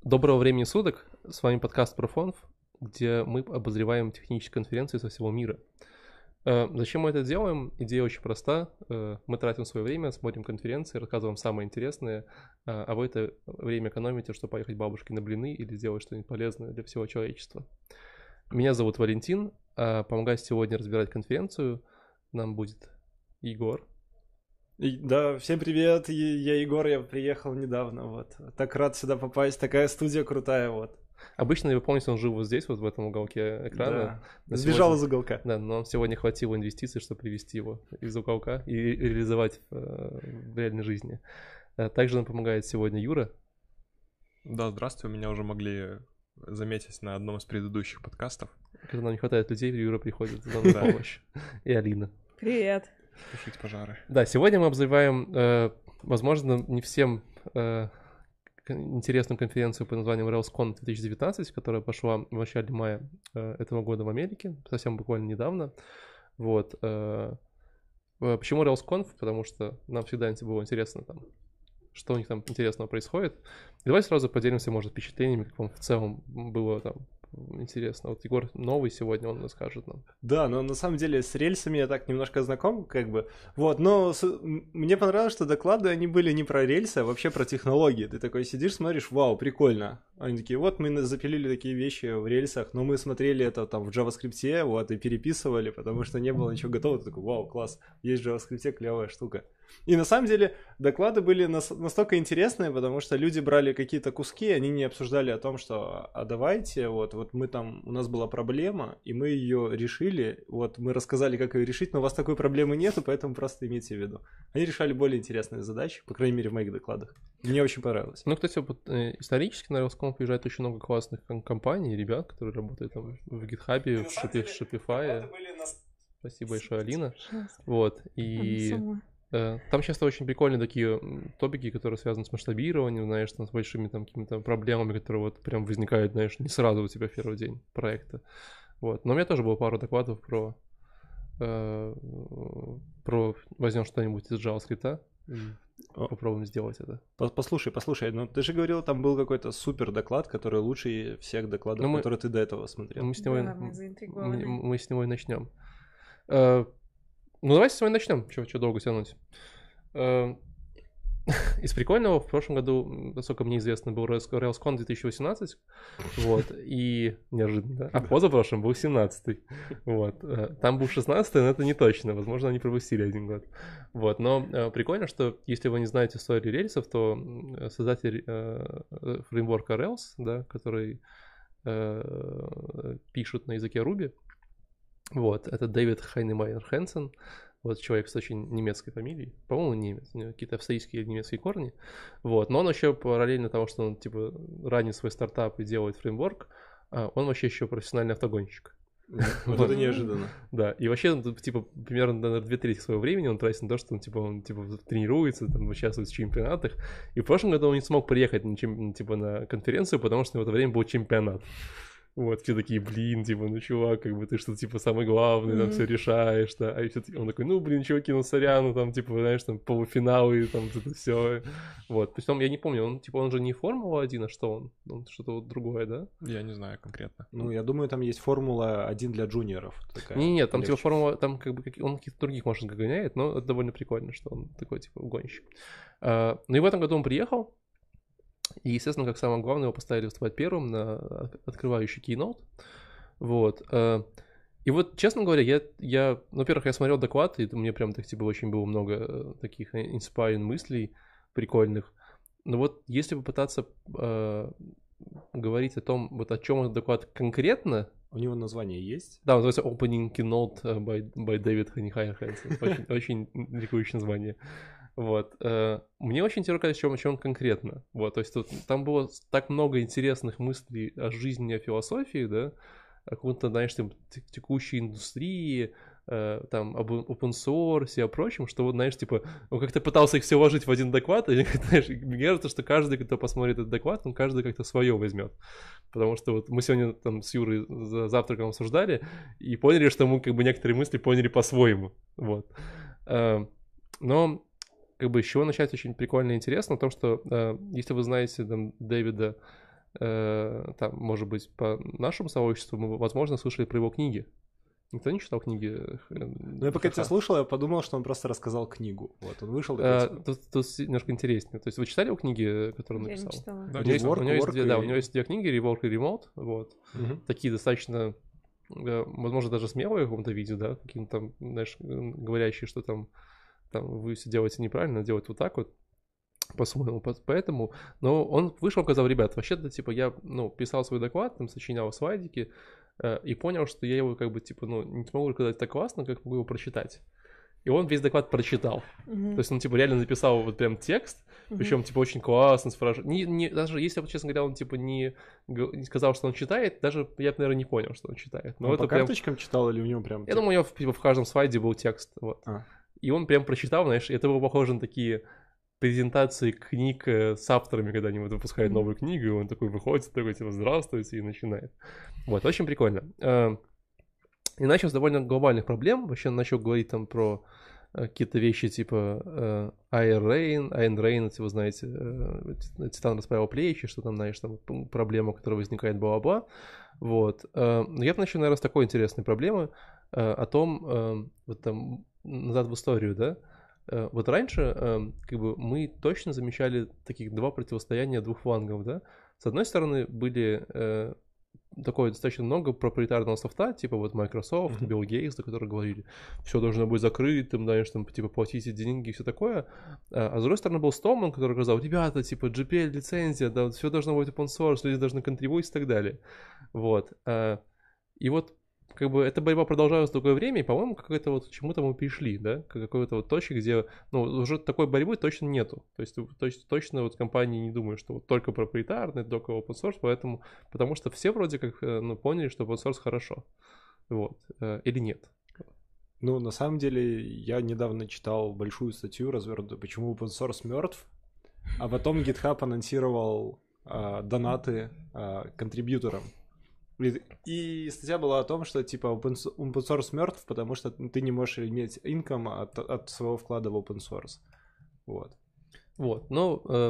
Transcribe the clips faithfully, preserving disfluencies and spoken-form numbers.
Доброго времени суток, с вами подкаст ProFonf, где мы обозреваем технические конференции со всего мира. Зачем мы это делаем? Идея очень проста. Мы тратим свое время, смотрим конференции, рассказываем самое интересное, а вы это время экономите, чтобы поехать бабушке на блины или сделать что-нибудь полезное для всего человечества. Меня зовут Валентин, а помогать сегодня разбирать конференцию нам будет Егор. И, да, всем привет, я Егор, я приехал недавно, вот. Так рад сюда попасть, такая студия крутая, вот. Обычно, вы помните, он жил вот здесь, вот в этом уголке экрана. Да, сбежал сегодня... из уголка. Да, но сегодня хватило инвестиций, чтобы привести его из уголка и реализовать в, в реальной жизни. Также нам помогает сегодня Юра. Да, здравствуй, меня уже могли заметить на одном из предыдущих подкастов. Когда нам не хватает людей, Юра приходит за нам помощь. И Алина. Привет. Тушить пожары. Да, сегодня мы обозреваем, э, возможно, не всем э, интересную конференцию под названием RailsConf две тысячи девятнадцать, которая пошла в начале мая э, этого года в Америке, совсем буквально недавно. Вот. Э, почему RailsConf? Потому что нам всегда было интересно там, что у них там интересного происходит. И давайте сразу поделимся, может, впечатлениями, как вам в целом было там интересно. Вот Егор новый сегодня, он расскажет нам. Да, но на самом деле с рельсами я так немножко знаком, как бы. Вот, но с... мне понравилось, что доклады, они были не про рельсы, а вообще про технологии. Ты такой сидишь, смотришь, вау, прикольно. Они такие, вот мы запилили такие вещи в рельсах, но мы смотрели это там в JavaScript, вот, и переписывали, потому что не было ничего готового. Ты такой, вау, класс, есть в JavaScript, клевая штука. И на самом деле доклады были настолько интересные, потому что люди брали какие-то куски, они не обсуждали о том, что а давайте, вот, вот мы там, у нас была проблема, и мы ее решили, вот мы рассказали, как ее решить, но у вас такой проблемы нету, поэтому просто имейте в виду. Они решали более интересные задачи, по крайней мере в моих докладах. Мне очень понравилось. Ну, кстати, вот, э, исторически на RailsConf приезжает очень много классных компаний, ребят, которые работают там в GitHub, в Shopify. Спасибо большое, Алина. Вот, и... Там часто очень прикольные такие топики, которые связаны с масштабированием, знаешь, там, с большими там какими-то проблемами, которые вот прям возникают, знаешь, не сразу у тебя в первый день проекта. Вот. Но у меня тоже было пару докладов про, э, про возьмем что-нибудь из JavaScript и попробуем сделать это. Послушай, послушай, ну ты же говорил, там был какой-то супер доклад, который лучше всех докладов, ну, мы, которые ты до этого смотрел. Мы с него, да, мы, мы, мы с него и начнем. Ну, давайте с вами начнем. Чего, чего долго тянуть? Из прикольного в прошлом году, насколько мне известно, был RailsConf две тысячи восемнадцать. Вот, и неожиданно, да? А позапрошлом был семнадцатый. Вот. Там был шестнадцатый, но это не точно. Возможно, они пропустили один год. Вот. Но прикольно, что если вы не знаете историю рельсов, то создатель фреймворка Rails, да, который пишут на языке Ruby, вот, это Дэвид Хайнемайер Хэнсен, вот человек с очень немецкой фамилией, по-моему, немец, у него какие-то австрийские или немецкие корни, вот, но он еще параллельно того, что он, типа, ранит свой стартап и делает фреймворк, он вообще еще профессиональный автогонщик. Вот это неожиданно. Да, и вообще, типа, примерно на две трети своего времени он тратит на то, что он, типа, он, типа, тренируется, там, участвует в чемпионатах, и в прошлом году он не смог приехать, типа, на конференцию, потому что в это время был чемпионат. Вот, все такие, блин, типа, ну, чувак, как бы ты что, типа, самый главный, там, mm-hmm. все решаешь, да, а все он такой, ну, блин, чуваки, ну, сорян, ну, там, типа, знаешь, там, полуфиналы, там, это все, вот, причем, я не помню, он, типа, он же не Формула один, а что он? Он что-то вот другое, да? Я не знаю конкретно. Ну, я думаю, там есть Формула один для джуниоров. Не-не, там, легче. Типа, Формула, там, как бы, он каких-то других машин гоняет, но это довольно прикольно, что он такой, типа, гонщик. А, ну, и в этом году он приехал. И, естественно, как самое главное, его поставили выступать первым на открывающий keynote. Вот. И вот, честно говоря, я, я ну, во-первых, я смотрел доклад, и мне прям так, типа, очень было много таких inspiring мыслей прикольных. Но вот если попытаться э, говорить о том, вот о чем этот доклад конкретно... У него название есть? Да, он называется Opening Keynote by, by David Хайнемайер Хэнсен. Очень, очень ликующее название. Вот. Мне очень интересно, о чем, о чем конкретно. Вот, то есть тут, там было так много интересных мыслей о жизни, о философии, да, о каком-то, знаешь, там, текущей индустрии, там, об open source и о прочем, что вот, знаешь, типа, он как-то пытался их все вложить в один доклад, и, знаешь, мне кажется, что каждый, кто посмотрит этот доклад, он каждый как-то свое возьмет. Потому что вот мы сегодня там с Юрой за завтраком обсуждали и поняли, что мы как бы некоторые мысли поняли по-своему. Вот. Но как бы с чего начать очень прикольно и интересно, в том, что э, если вы знаете там Дэвида э, там, может быть, по нашему сообществу мы, возможно, слышали про его книги. Никто не читал книги? Ну, я пока тебя слушал, я подумал, что он просто рассказал книгу. Вот, он вышел... А, тут, тут немножко интереснее. То есть вы читали его книги, которые он Я написал? не читала. Да, у, него есть, Rework, у, него есть Work две, и... да, у него есть две книги, Rework и Remote, вот. Угу. Такие достаточно, возможно, даже смелые в каком-то виде, да, какие-то там, знаешь, говорящие, что там, там вы все делаете неправильно, делать вот так вот, по-своему, поэтому, но он вышел, сказал, ребят, вообще-то, типа, я, ну, писал свой доклад, там, сочинял слайдики, э, и понял, что я его, как бы, типа, ну, не смогу сказать так классно, как могу его прочитать. И он весь доклад прочитал. Mm-hmm. То есть он, типа, реально написал вот прям текст, mm-hmm. причем, типа, очень классно, с выражением. Не, не, даже если, честно говоря, он, типа, не, не сказал, что он читает, даже я бы, наверное, не понял, что он читает. Но он это по прям... карточкам читал или у него прям... Я думаю, у него, типа, в каждом слайде был текст, вот. А. И он прям прочитал, знаешь, это было похоже на такие презентации книг с авторами, когда они вот выпускают mm-hmm. новую книгу, и он такой выходит, такой, типа, здравствуйте, и начинает. Вот, очень прикольно. И начал с довольно глобальных проблем, вообще начал говорить там про какие-то вещи типа Ayn Rand, Ayn Rand, если вы знаете, Титан расправил плечи, что там, знаешь, там проблема, которая возникает, бла-бла-бла. Вот. Но я начал, наверное, с такой интересной проблемы о том, вот там, назад в историю, да, вот раньше как бы мы точно замечали таких два противостояния двух флангов, да. С одной стороны были такое достаточно много проприетарного софта, типа вот Microsoft, mm-hmm. Билл Гейтс, которые говорили, все должно быть закрытым, знаешь, там, типа, платите деньги и все такое. А, а с другой стороны был Столман, который сказал, ребята, типа, джи пи эл-лицензия, да, все должно быть open source, люди должны контрибутить и так далее. Вот. А, и вот, как бы, эта борьба продолжалась долгое время, и, по-моему, какое-то вот к чему-то мы пришли, да, к какой-то вот точке, где, ну, уже такой борьбы точно нету. То есть, то есть точно вот компании не думают, что вот только проприетарный, только open source, поэтому, потому что все вроде как, ну, поняли, что open source хорошо. Вот. Или нет? Ну, на самом деле, я недавно читал большую статью развернутую, почему open source мертв, а потом GitHub анонсировал а, донаты а, контрибьюторам. И статья была о том, что типа open source мертв, потому что ты не можешь иметь инком от, от своего вклада в open source. Вот. Вот, ну, э,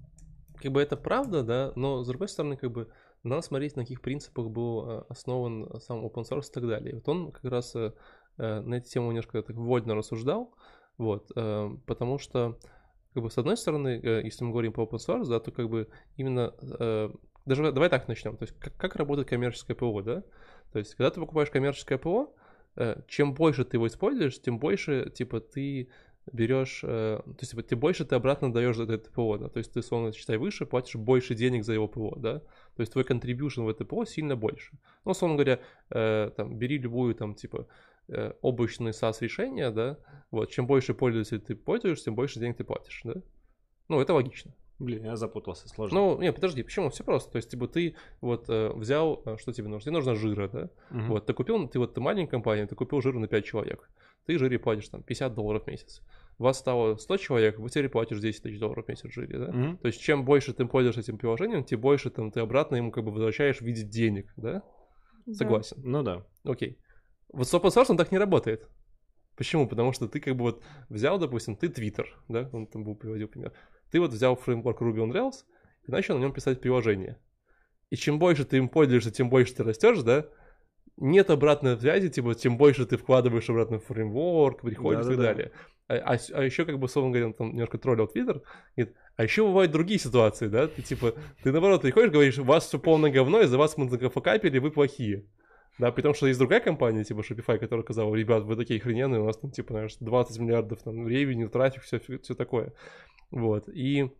как бы это правда, да, но с другой стороны, как бы надо смотреть, на каких принципах был основан сам open source и так далее. Вот он как раз э, на эту тему немножко так вводно рассуждал, вот, э, потому что, как бы, с одной стороны, э, если мы говорим по open source, да, то как бы именно... Э, Даже давай так начнем. То есть, как, как работает коммерческое ПО, да? То есть, когда ты покупаешь коммерческое ПО, э, чем больше ты его используешь, тем больше, типа, ты берешь, э, то есть, типа, тем больше ты обратно даешь за это ПО, да? То есть, ты, словно, считай, выше, платишь больше денег за его ПО, да? То есть, твой contribution в это ПО сильно больше. Ну, условно говоря, э, там, бери любую, там, типа, э, облачное SaaS-решение, да? Вот, чем больше пользователей ты пользуешь, тем больше денег ты платишь, да? Ну, это логично. Блин, я запутался, сложно. Ну, не, подожди, почему? Все просто. То есть, типа, ты вот э, взял, что тебе нужно? Тебе нужно жира, да? Uh-huh. Вот, ты купил, ты вот ты маленькая компания, ты купил жира на пять человек. Ты жире платишь там пятьдесят долларов в месяц. Вас стало сто человек, вы теперь платишь десять тысяч долларов в месяц жире, да? Uh-huh. То есть, чем больше ты пользуешься этим приложением, тем больше там ты обратно ему как бы возвращаешь в виде денег, да? Да. Согласен? Ну да. Окей. Вот с open source он так не работает. Почему? Потому что ты как бы вот взял, допустим, ты Twitter, да? Он там был приводил пример. Ты вот взял фреймворк Ruby on Rails и начал на нем писать приложение. И чем больше ты им пользуешься, тем больше ты растешь, да? Нет обратной связи, типа, чем больше ты вкладываешь обратно в фреймворк, приходишь и так далее. А, а, а еще, как бы, условно говоря, он там немножко троллил Twitter, говорит, а еще бывают другие ситуации, да? Ты, типа, ты наоборот приходишь, говоришь, у вас все полное говно, из-за вас мы зафакапили, вы плохие. Да, при том, что есть другая компания, типа Shopify, которая сказала, ребят, вы такие охрененные, у нас там, типа, знаешь, двадцать миллиардов там ревеню, трафик, все, все такое. Вот, и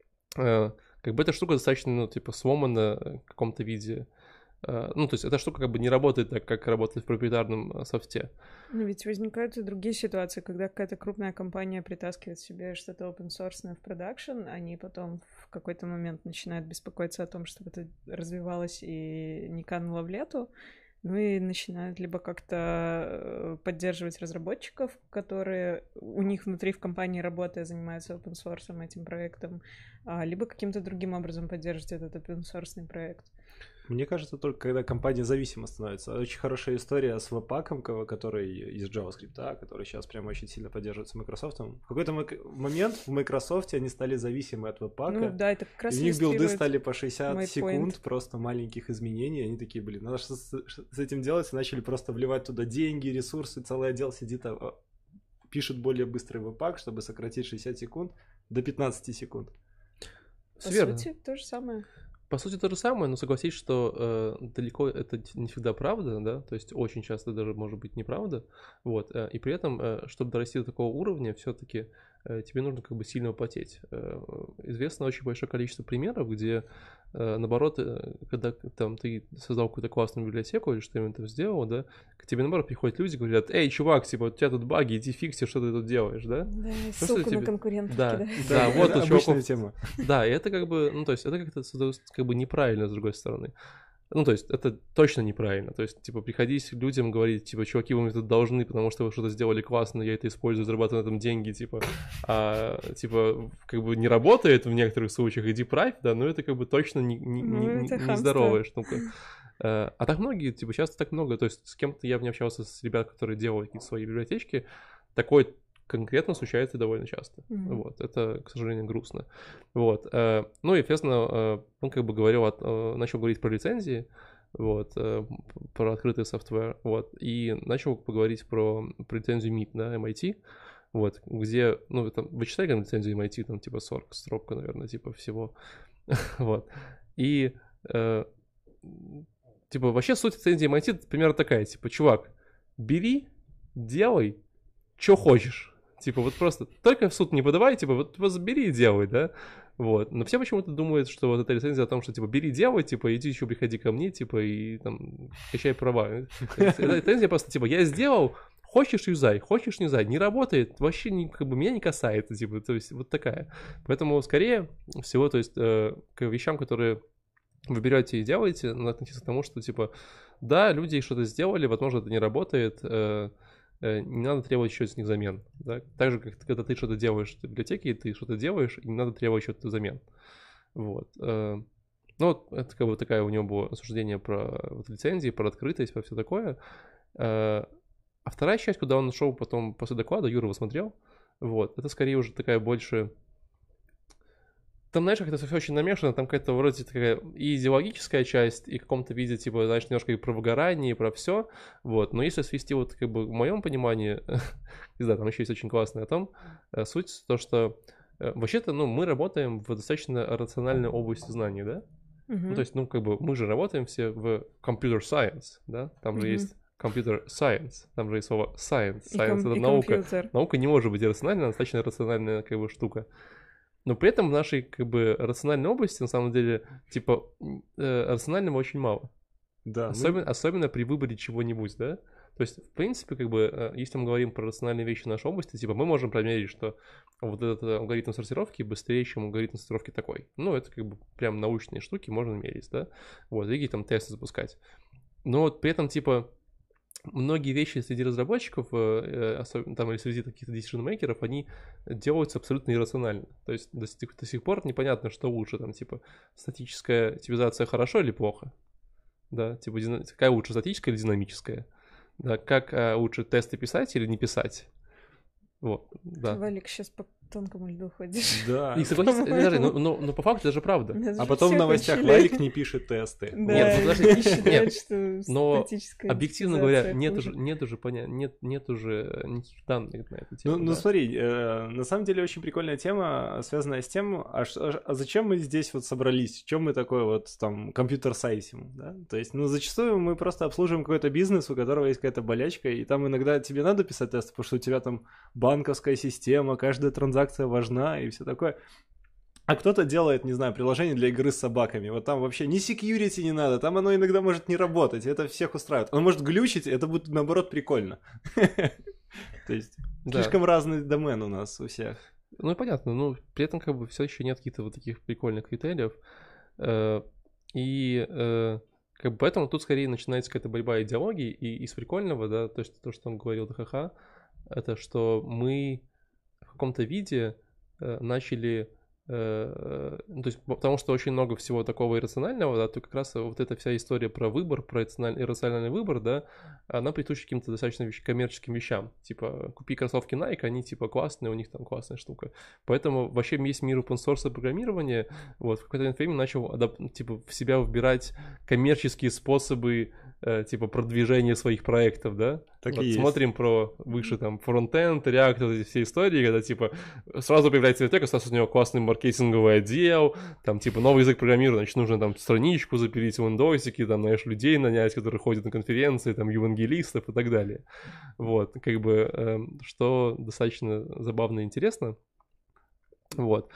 э, как бы эта штука достаточно, ну, типа, сломана в каком-то виде. Э, ну, то есть эта штука как бы не работает так, как работает в проприетарном софте. Но ведь возникают и другие ситуации, когда какая-то крупная компания притаскивает себе что-то open-source в продакшн, они потом в какой-то момент начинают беспокоиться о том, чтобы это развивалось и не кануло в лету. Ну и начинают либо как-то поддерживать разработчиков, которые у них внутри в компании работая занимаются open-source этим проектом, либо каким-то другим образом поддерживать этот open-source проект. Мне кажется, только когда компания зависима становится. Очень хорошая история с веб-паком, который из JavaScript, который сейчас прям очень сильно поддерживается Microsoft. В какой-то момент в Microsoft они стали зависимы от веб-пака. Ну да, это как раз и у них билды иллюстрирует стали по шестьдесят мой секунд, point. просто маленьких изменений. Они такие, блин, надо что с этим делать. И начали просто вливать туда деньги, ресурсы. Целый отдел сидит, пишет более быстрый веб-пак, чтобы сократить шестьдесят секунд до пятнадцати секунд. По Верно. сути, то же самое. По сути, то же самое, но согласись, что э, далеко это не всегда правда, да, то есть очень часто даже может быть неправда, вот, э, и при этом, э, чтобы дорасти до такого уровня, все-таки э, тебе нужно как бы сильно потеть. Э, известно очень большое количество примеров, где, э, наоборот, э, когда там ты создал какую-то классную библиотеку или что-нибудь там сделал, да, к тебе, наоборот, приходят люди и говорят: эй, чувак, типа, у тебя тут баги, иди фикси, что ты тут делаешь, да? Да, что ссылку на тебе- конкурентов Да, кидает. да, вот это у обычная чуваков тема. Да, и это как бы, ну, то есть это как-то создается как бы неправильно, с другой стороны. Ну, то есть это точно неправильно. То есть, типа, приходить людям говорить, типа, чуваки, вы мне тут должны, потому что вы что-то сделали классно, я это использую, зарабатываю на этом деньги, типа, а, типа, как бы не работает в некоторых случаях, иди правь, да, но это как бы точно не, не, Ну, не- это не- хамство. нездоровая штука. Э, А так многие, типа, часто так много, то есть с кем-то я не общался, с ребят, которые делают какие-то свои библиотечки, такое конкретно случается довольно часто. Мгм. Вот, это, к сожалению, грустно. Вот, э, ну и, естественно, э, он как бы говорил, от- э, начал говорить про лицензии, вот, э, про открытый софтвер, вот, и начал поговорить про, про лицензию эм ай ти, да, эм ай ти, вот, где, ну, там, вы читали там лицензию эм ай ти, там, типа, сорок строк, наверное, типа, всего, вот, и, э, типа, вообще суть лицензии эм ай ти примерно такая, типа, чувак, бери, делай, что хочешь. Типа, вот просто только в суд не подавай, типа, вот просто бери и делай, да? Вот. Но все почему-то думают, что вот эта лицензия о том, что, типа, бери, делай, типа, иди еще приходи ко мне, типа, и там, качай права. Эта лицензия просто, типа, я сделал, хочешь юзай, хочешь не юзай, не работает, вообще, не, как бы, меня не касается, типа, то есть, вот такая. Поэтому, скорее всего, то есть, э, к вещам, которые вы берете и делаете, надо относиться к тому, что, типа, да, люди что-то сделали, возможно, это не работает, э, э, не надо требовать еще с них замен. Да? Так же, как когда ты что-то делаешь в библиотеке, ты что-то делаешь, и не надо требовать что-то взамен. Вот. э, Ну, вот это как бы такая у него было рассуждение про вот, лицензии, про открытость, про все такое. Э, А вторая часть, куда он шел потом после доклада, Юра его смотрел, вот, это скорее уже такая больше... Там, знаешь, как это все очень намешано, там какая-то вроде такая и идеологическая часть, и в каком-то виде, типа, знаешь, немножко и про выгорание, и про все, вот, но если свести вот, как бы, в моем понимании, не знаю, там еще есть очень классное о том, э, суть, то, что э, вообще-то, ну, мы работаем в достаточно рациональной области знаний, да, Мгм. ну, то есть, ну, как бы, мы же работаем все в computer science, да, там же Мгм. есть computer science, там же есть слово science, И science ком- это и наука, компьютер. наука не может быть рациональной, она достаточно рациональная, как бы, штука. Но при этом в нашей, как бы, рациональной области, на самом деле, типа, м, э, рационального очень мало. Да, мы- Особенно, особенно при выборе чего-нибудь, да? То есть, в принципе, как бы, э, если мы говорим про рациональные вещи в нашей области, типа, мы можем промерить, что вот этот э, алгоритм сортировки быстрее, чем алгоритм сортировки такой. Ну, это, как бы, прям научные штуки, можно мерить, да? Вот, и какие там тесты запускать. Но вот при этом, типа, многие вещи среди разработчиков, э, э, особенно там или среди каких-то decision-мейкеров, они делаются абсолютно иррационально. То есть до сих, до сих пор непонятно, что лучше, там, типа, статическая типизация хорошо или плохо? Да, типа, дина- какая лучше, статическая или динамическая? Да, как э, лучше тесты писать или не писать? Вот, да. Валик, сейчас по тонкому льду ходишь. Да. И согласись, по-моему. подожди, но, но- но по факту это же правда. Нас А же потом в всех новостях учили. Валик не пишет тесты. Да, Нет, ну подожди, и считает, нет, что но статическая Объективно говоря, типизация нет хуже. уже, нет уже поня... нет, нет уже никаких данных на эту тему. Ну, ну да. смотри, э, на самом деле очень прикольная тема, связанная с тем, а, ш- а зачем мы здесь вот собрались? В чем мы такой вот там компьютер-сайсим, да? То есть, ну, зачастую мы просто обслуживаем какой-то бизнес, у которого есть какая-то болячка, и там иногда тебе надо писать тесты, потому что у тебя там банковская система, каждая транзакция важна и все такое. А кто-то делает, не знаю, приложение для игры с собаками. Вот там вообще ни security не надо, там оно иногда может не работать, это всех устраивает. Оно может глючить, это будет, наоборот, прикольно. То есть, Да. слишком разный домен у нас у всех. Ну и понятно, но при этом как бы все еще нет каких-то вот таких прикольных критериев. Э, И э, как бы поэтому тут скорее начинается какая-то борьба идеологии. И из прикольного, да, то есть то, что он говорил ДХХ, это что мы в каком-то виде э, начали то есть, потому что очень много всего такого иррационального, да, то как раз вот эта вся история про выбор, про иррациональный выбор, да, она присуща каким-то достаточно вещ- коммерческим вещам. Типа, купи кроссовки Nike, они типа классные, у них там классная штука. Поэтому вообще есть мир open source программирования, вот, в какое-то время начал, адап- типа, в себя вбирать коммерческие способы, э, типа, продвижения своих проектов, да. Так Вот и есть. смотрим про выше там фронтенд, React, вот эти все истории, когда типа сразу появляется библиотека, сразу у него классный маркетинговый отдел, там типа новый язык программирования, значит нужно там страничку запилить в Windows, там, знаешь, людей нанять, которые ходят на конференции, там евангелистов и так далее. Вот, как бы, э, что достаточно забавно и интересно. Вот.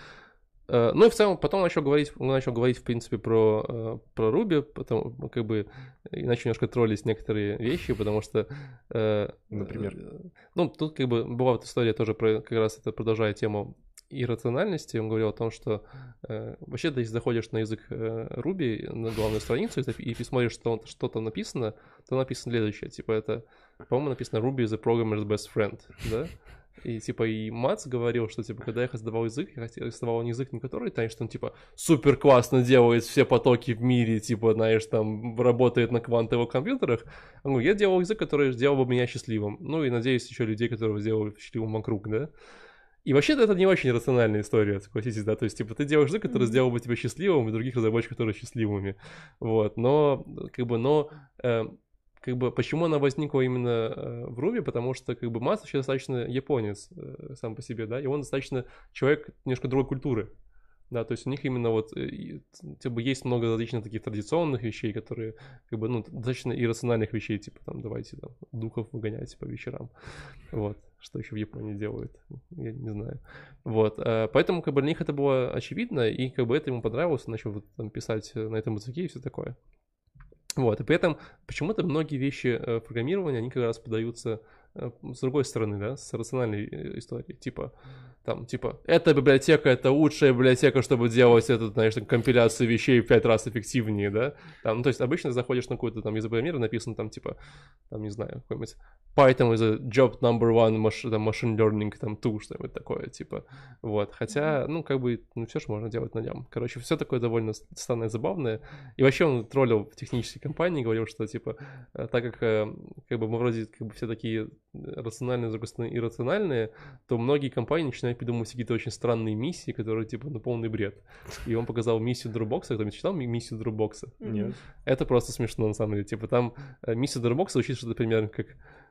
Ну и в целом потом начал говорить, он начал говорить, в принципе, про, про Ruby, потом, как бы, иначе немножко троллить некоторые вещи, потому что... Например? Ну, тут как бы была вот история тоже, про, как раз это продолжая тему иррациональности. Он говорил о том, что вообще, если заходишь на язык Ruby, на главную страницу, и посмотришь, что, что там написано, то написано следующее, типа это, по-моему, написано Ruby is a programmer's best friend, да? И типа и Мац говорил, что типа когда я создавал язык, я создавал язык, не который, конечно, он типа супер классно делает все потоки в мире, типа, знаешь, там работает на квантовых компьютерах. Он говорит, я делал язык, который сделал бы меня счастливым. Ну и надеюсь, еще людей, которые сделали счастливым вокруг, да. И вообще-то это не очень рациональная история, согласитесь, да, то есть, типа, ты делаешь язык, который сделал бы тебя счастливым, и других разработчиков, которые счастливыми, вот, но, как бы, но... Э, как бы, почему она возникла именно э, в Ruby, потому что, как бы, Мац вообще достаточно японец э, сам по себе, да, и он достаточно человек немножко другой культуры, да, то есть у них именно вот, э, типа, есть много различных таких традиционных вещей, которые, как бы, ну, достаточно иррациональных вещей, типа, там, давайте, там, духов выгонять по вечерам, вот, что еще в Японии делают, я не знаю, вот, э, поэтому, как бы, для них это было очевидно, и, как бы, это ему понравилось, он начал вот, там, писать на этом языке и все такое. Вот, и при этом почему-то многие вещи э, программирования, они как раз подаются э, с другой стороны, да, с рациональной э, историей, типа, там, типа, эта библиотека, это лучшая библиотека, чтобы делать эту, знаешь, компиляцию вещей в пять раз эффективнее, да, там, ну, то есть обычно заходишь на какой-то там язык программирования, написано там, типа, там, не знаю, какой-нибудь Python is a job number one маш- там, machine learning, там, tool, что-нибудь такое, типа, вот, хотя, ну, как бы, ну, все же можно делать на нем, короче, все такое довольно странное и забавное, и вообще он троллил в технической компании, говорил, что, типа, так как, как бы, мы вроде, как бы, все такие рациональные, с другой стороны, иррациональные, то многие компании начинают придумывать какие-то очень странные миссии, которые, типа, ну, полный бред. И он показал миссию Dropbox. Кто-нибудь читал миссию Dropbox? Нет. Это просто смешно, на самом деле. Типа, там миссия Dropbox звучит что-то примерно как...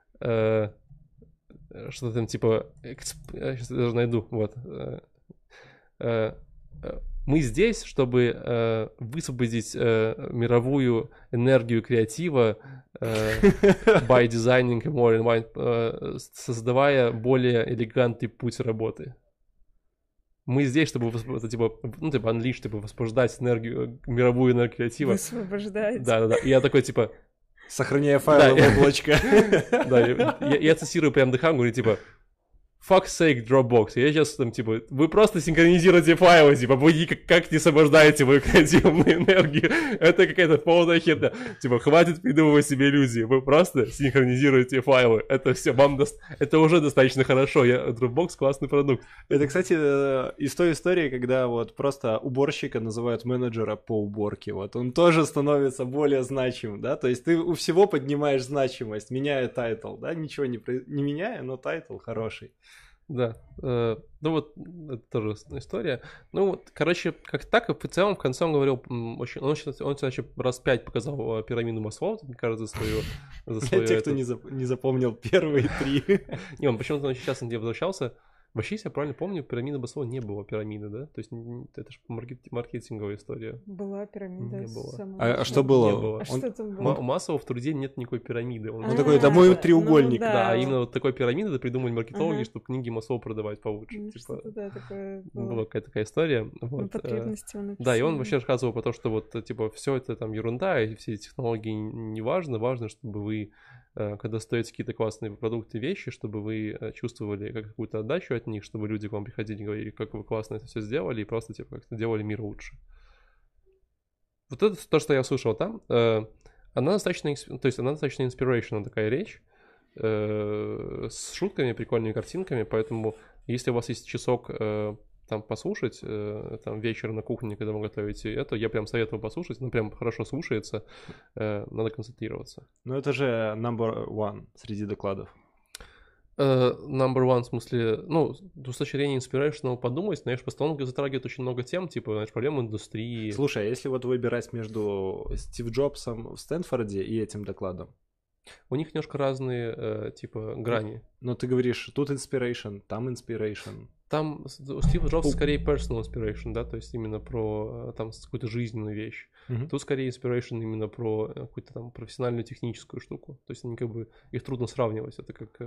Э, что-то там, типа... Эксп... Сейчас я даже найду. Вот. Э, э, мы здесь, чтобы э, высвободить э, мировую энергию креатива э, by designing a more environment, э, создавая более элегантный путь работы. Мы здесь, чтобы это, типа, ну, типа, unleash, чтобы возбуждать энергию, мировую энергию креатива. Высвобождать. Да-да-да. И я такой, типа... Сохраняя файлы в облачко. Да, я цитирую прям Дыхан, говорю, типа... Fuck sake, Dropbox. Я сейчас там, типа, вы просто синхронизируете файлы, типа, вы как, как не освобождаете мою креативную энергию. Это какая-то полная херня. Типа, хватит придумывать себе иллюзии. Вы просто синхронизируете файлы. Это все, вам до... это уже достаточно хорошо. Я... Dropbox классный продукт. Это, кстати, из той истории, когда вот просто уборщика называют менеджера по уборке. Вот он тоже становится более значимым, да? То есть ты у всего поднимаешь значимость, меняя тайтл, да? Ничего не, не меняя, но тайтл хороший. Да, э, ну вот, это тоже история. Ну вот, короче, как так, в целом, в конце он говорил, очень, он, он, значит, раз пять показал пирамиду Маслоу, мне кажется, за свою... За свою Для тех, кто не, зап- не запомнил первые три. Не, он почему-то сейчас где возвращался. Вообще, если я правильно помню, пирамида Маслоу не было пирамиды, да? То есть это же маркетинговая история. Была пирамида. Не было. Сама. А, а что было? Не было. А Он... что там было? У Маслоу в труде нет никакой пирамиды. Он, он такой, это мой треугольник. Ну, да. Да, а именно вот такой пирамиды это придумали маркетологи, Ага. чтобы книги Маслоу продавать получше. Ну, Типа, что-то, да, такое было. была какая-то такая история. Вот. На потребности он Да, и он написал. вообще рассказывал про то, что вот, типа, все это там ерунда, и все эти технологии не важно, важно, чтобы вы, когда стоите какие-то классные продукты, вещи, чтобы вы чувствовали как какую-то отдачу от них, чтобы люди к вам приходили и говорили, как вы классно это все сделали, и просто, типа, как-то делали мир лучше. Вот это то, что я слышал там, она достаточно, то есть она достаточно inspirational такая речь, с шутками, прикольными картинками, поэтому если у вас есть часок там послушать, э, там вечер на кухне, когда вы готовите это, я прям советую послушать, ну прям хорошо слушается, э, надо концентрироваться. Ну это же number one среди докладов. Uh, number one, в смысле, ну, с точки зрения inspirational подумать, знаешь, постоянно затрагивает очень много тем, типа, знаешь, проблемы индустрии. Слушай, а если вот выбирать между Стив Джобсом в Стэнфорде и этим докладом? У них немножко разные, э, типа, грани. Но ты говоришь, тут inspiration, там inspiration. Там у Стива Джобса скорее personal inspiration, да, то есть именно про, там, какую-то жизненную вещь. Mm-hmm. Тут скорее inspiration именно про какую-то там профессиональную техническую штуку. То есть они как бы, их трудно сравнивать, это как...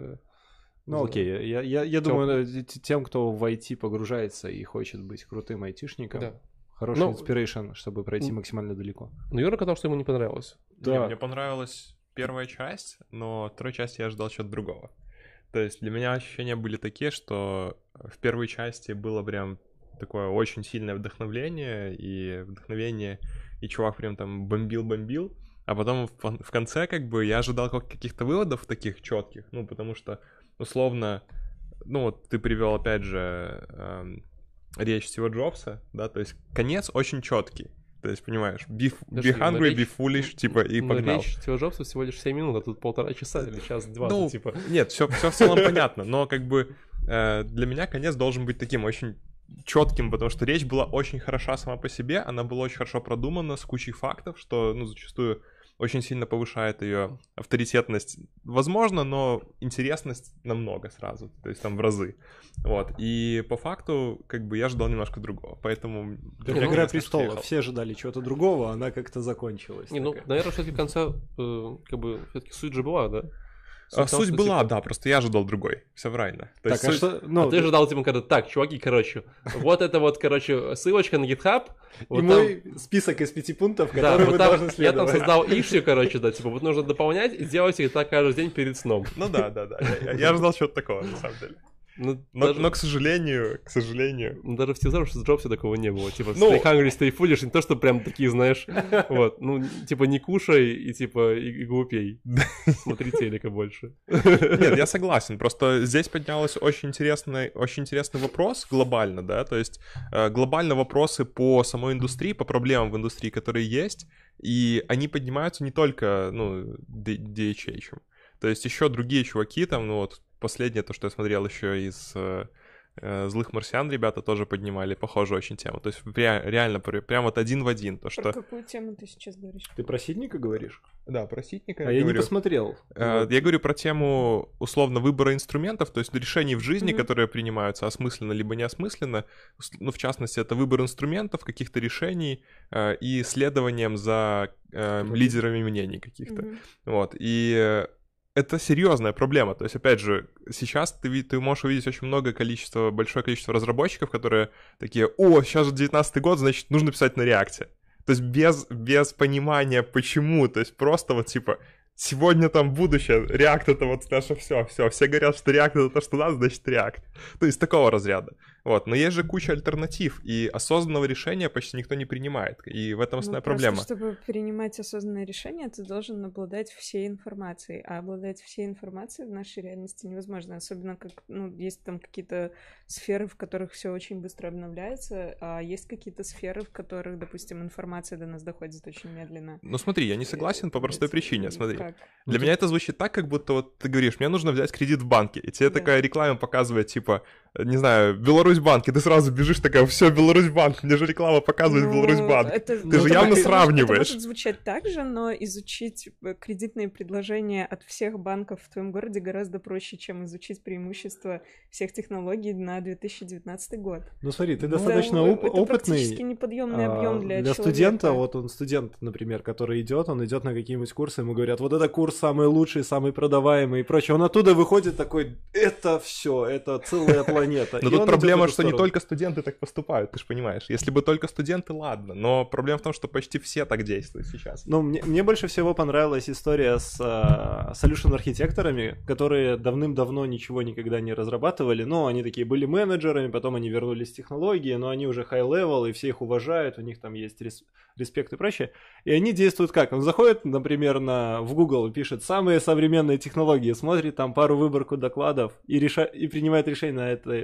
Ну окей, я, я, я думаю, тем, кто в ай ти погружается и хочет быть крутым айтишником, да. Хороший Но... inspiration, чтобы пройти максимально далеко. Ну, Юра сказал, что ему не понравилось. Да. Не, мне понравилась первая часть, но второй части я ожидал чего-то другого. То есть для меня ощущения были такие, что в первой части было прям такое очень сильное вдохновление, и вдохновение, и чувак прям там бомбил-бомбил, а потом в, в конце как бы я ожидал каких-то выводов таких четких, ну, потому что условно, ну, вот ты привел опять же эм, речь Стива Джобса, да, то есть конец очень четкий. То есть, понимаешь, be, be hungry, речь, be foolish, типа, и погнал. Речь Стива Джобса всего лишь семь минут, а тут полтора часа или час двадцать, ну, типа. Нет, все, все в целом понятно, но как бы э, для меня конец должен быть таким очень четким, потому что речь была очень хороша сама по себе, она была очень хорошо продумана, с кучей фактов, что, ну, зачастую очень сильно повышает ее авторитетность, возможно, но интересность намного сразу, то есть там в разы. Вот. И по факту, как бы я ждал немножко другого, поэтому... «Игра престолов», все ожидали чего-то другого, она как-то закончилась. Не, ну, наверное, все-таки в конце, э, как бы, все-таки суть же была, да? Суть, а, суть была, типа... да, просто я ожидал другой. Все правильно. То так, есть, а, суть... что, ну, а ты ожидал, типа, когда так, чуваки, короче, вот это вот, короче, ссылочка на GitHub. Вот и там... мой список из пяти пунктов, которые да, вы вот там, должны следовать. Я там создал issue, короче, да, типа, вот нужно дополнять и делать их так каждый день перед сном. Ну да, да, да. Я, я ожидал чего-то такого, на самом деле. Ну, но, даже... но, к сожалению, к сожалению... Даже в Стив Джобсе такого не было. Типа, ну... stay hungry, stay foolish, не то, что прям такие, знаешь, вот, ну, типа, не кушай и, типа, и, и глупей. Смотри телека больше. Нет, я согласен, просто здесь поднялся очень интересный, очень интересный вопрос глобально, да, то есть глобально вопросы по самой индустрии, по проблемам в индустрии, которые есть, и они поднимаются не только, ну, ди эйч эйч. То есть еще другие чуваки там, ну, вот, последнее, то, что я смотрел еще из э, э, «Злых марсиан», ребята тоже поднимали похожую очень тему. То есть ре- реально прям вот один в один. То, что... Про какую тему ты сейчас говоришь? Ты про Ситника говоришь? Да, про Ситника. А я, я не посмотрел. Э, я говорю про тему, условно, выбора инструментов, то есть решений в жизни, mm-hmm. которые принимаются осмысленно либо неосмысленно. Ну, в частности, это выбор инструментов, каких-то решений э, и следованием за э, лидерами мнений каких-то. Mm-hmm. Вот. И... Это серьезная проблема. То есть, опять же, сейчас ты, ты можешь увидеть очень много количества, большое количество разработчиков, которые такие: о, сейчас же девятнадцатый год, значит, нужно писать на React. То есть без, без понимания, почему. То есть просто вот типа, сегодня там будущее, React это вот наше все, все. Все говорят, что React это то, что надо, значит React. То есть такого разряда. Вот. Но есть же куча альтернатив, и осознанного решения почти никто не принимает. И в этом основная ну, проблема. Просто, чтобы принимать осознанное решение, ты должен обладать всей информацией. А обладать всей информацией в нашей реальности невозможно. Особенно, как, ну, есть там какие-то сферы, в которых все очень быстро обновляется, а есть какие-то сферы, в которых, допустим, информация до нас доходит очень медленно. Ну смотри, я не согласен по простой причине. Смотри. Как? Для ну, меня ты... это звучит так, как будто вот ты говоришь: мне нужно взять кредит в банке, и тебе да. такая реклама показывает, типа, не знаю, Беларусьбанк, и ты сразу бежишь такая: все, Беларусьбанк, мне же реклама показывает ну, Беларусьбанк. Это, ты ну, же явно это сравниваешь. Может, это может звучать так же, но изучить кредитные предложения от всех банков в твоем городе гораздо проще, чем изучить преимущества всех технологий на две тысячи девятнадцатый год. Ну смотри, ты достаточно это, оп- это опытный. Практически неподъемный а, объем для, для человека. студента. Вот он студент, например, который идет, он идет на какие-нибудь курсы, ему говорят: вот это курс самый лучший, самый продаваемый и прочее. Он оттуда выходит такой: это все, это целая планета. Но тут проблема, что не только студенты так поступают, ты же понимаешь. Если бы только студенты, ладно. Но проблема в том, что почти все так действуют сейчас. Ну, мне, мне больше всего понравилась история с uh, solution-архитекторами, которые давным-давно ничего никогда не разрабатывали. Ну, они такие были менеджерами, потом они вернулись в технологии, но они уже high-level, и все их уважают, у них там есть рес- респект и прочее. И они действуют как? Он заходит, например, на, в Google и пишет «самые современные технологии», смотрит там пару выборку докладов и, реша- и принимает решение на это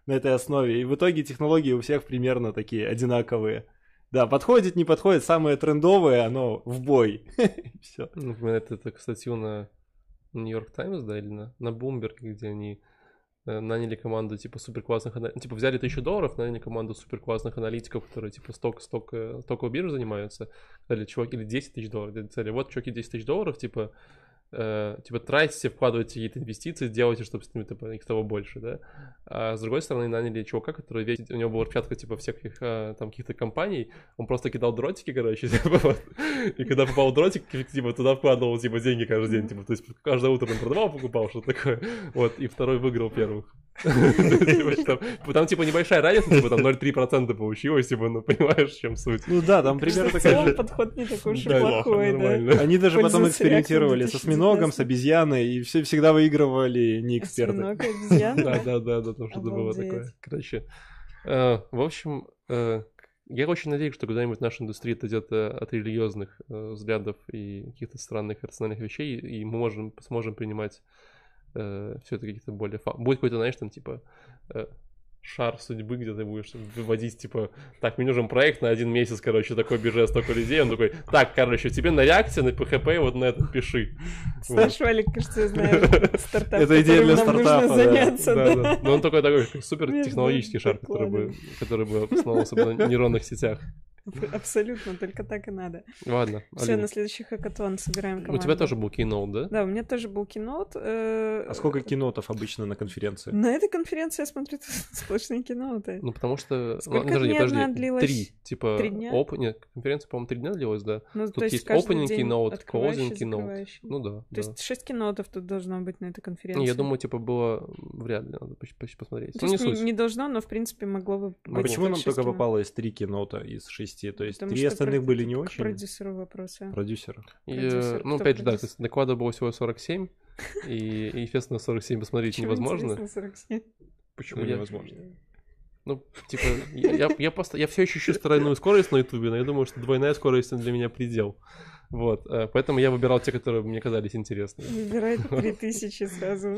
на этой основе. И в итоге технологии у всех примерно такие одинаковые. Да, подходит, не подходит, самое трендовое, оно в бой. Все. Например, это, это статью на Нью-Йорк Таймс, да, или на, на Bloomberg, где они э, наняли команду, типа, суперклассных, типа, взяли тысячу долларов, наняли команду суперклассных аналитиков, которые, типа, сток, сток, стоковой биржей занимаются, или, чуваки, или десять тысяч долларов, цели, вот, чуваки, десять тысяч долларов, типа, э, типа, тратите, вкладывайте какие-то инвестиции, делайте, чтобы с ними, типа, их того больше, да, а с другой стороны, наняли чувака, который, весь, у него была распечатка, типа, всех их, там, каких-то компаний, он просто кидал дротики, короче, типа, и когда попал дротик, типа, туда вкладывал, типа, деньги каждый день, типа, то есть каждое утро он продавал, покупал, что-то такое, вот, и второй выиграл первых. Там, типа, небольшая разница, типа, там ноль целых три десятых процента получилось, типа, ну, понимаешь, в чем суть. Ну да, там примерно В такая целом же... подход не такой уж и плохой, да. Они даже потом Пользоваться экспериментировали реактором со осьминогом, с обезьяной, и все всегда выигрывали не эксперты. Осьминог и обезьяна? Да, да, да, да, там что-то было Обалдеть. такое. Короче, э, в общем, э, я очень надеюсь, что когда-нибудь наша индустрия отойдет э, от религиозных э, взглядов и каких-то странных рациональных вещей, и мы можем, сможем принимать э, все это какие-то более... Фа... Будет какой-то, знаешь, там, типа... Э, шар судьбы, где ты будешь выводить, типа, так, мне нужен проект на один месяц, короче, такой бюджет, столько людей, он такой, так, короче, тебе на реакции, на пи эйч пи вот на это пиши. Знаешь, Валик, кажется, я знаю стартап, Это идея для которым нам стартапа, нужно да. заняться, Да, да. да. Но он такой, такой супер Между технологический шар, который бы, докладами. который бы основывался бы на нейронных сетях. Абсолютно, только так и надо. Ладно, Все, Алина, на следующий хакатон собираем команду. у тебя тоже был кейноут, да? Да, у меня тоже был киноут. э, А сколько кинотов обычно на конференции? На этой конференции я смотрю сплошные киноуты. Ну, потому что... Сколько Ладно, подожди, дней подожди. одна длилась? Три. Типа... Три дня? Оп... Нет, конференция, по-моему, три дня длилась, да? Ну, Тут то есть есть каждый opening день keynote, открывающий, closing keynote. закрывающий. Ну да, То да. есть шесть киноутов тут должно быть на этой конференции. Не, я думаю, типа, было... Вряд ли, надо поч- поч- посмотреть. То Ну, не есть не, суть. не должно, но в принципе могло бы Ну, быть. Почему нам шесть только киноутов? попалось три кинота из шести? То есть Потому три что остальных про- были не к очень? продюсеру вопросы. Продюсеры. И, продюсер, ну, кто опять же, да, то продюсер? есть докладов было всего сорок семь, и, и, естественно, сорок семь посмотреть Почему невозможно. интересно сорок семь? Почему Ну, я- невозможно? Ну, типа, я, я, я просто, я все еще ищу тройную скорость на Ютубе, но я думаю, что двойная скорость для меня предел. Вот, э, поэтому я выбирал те, которые мне казались интересными. Выбирай три тысячи сразу.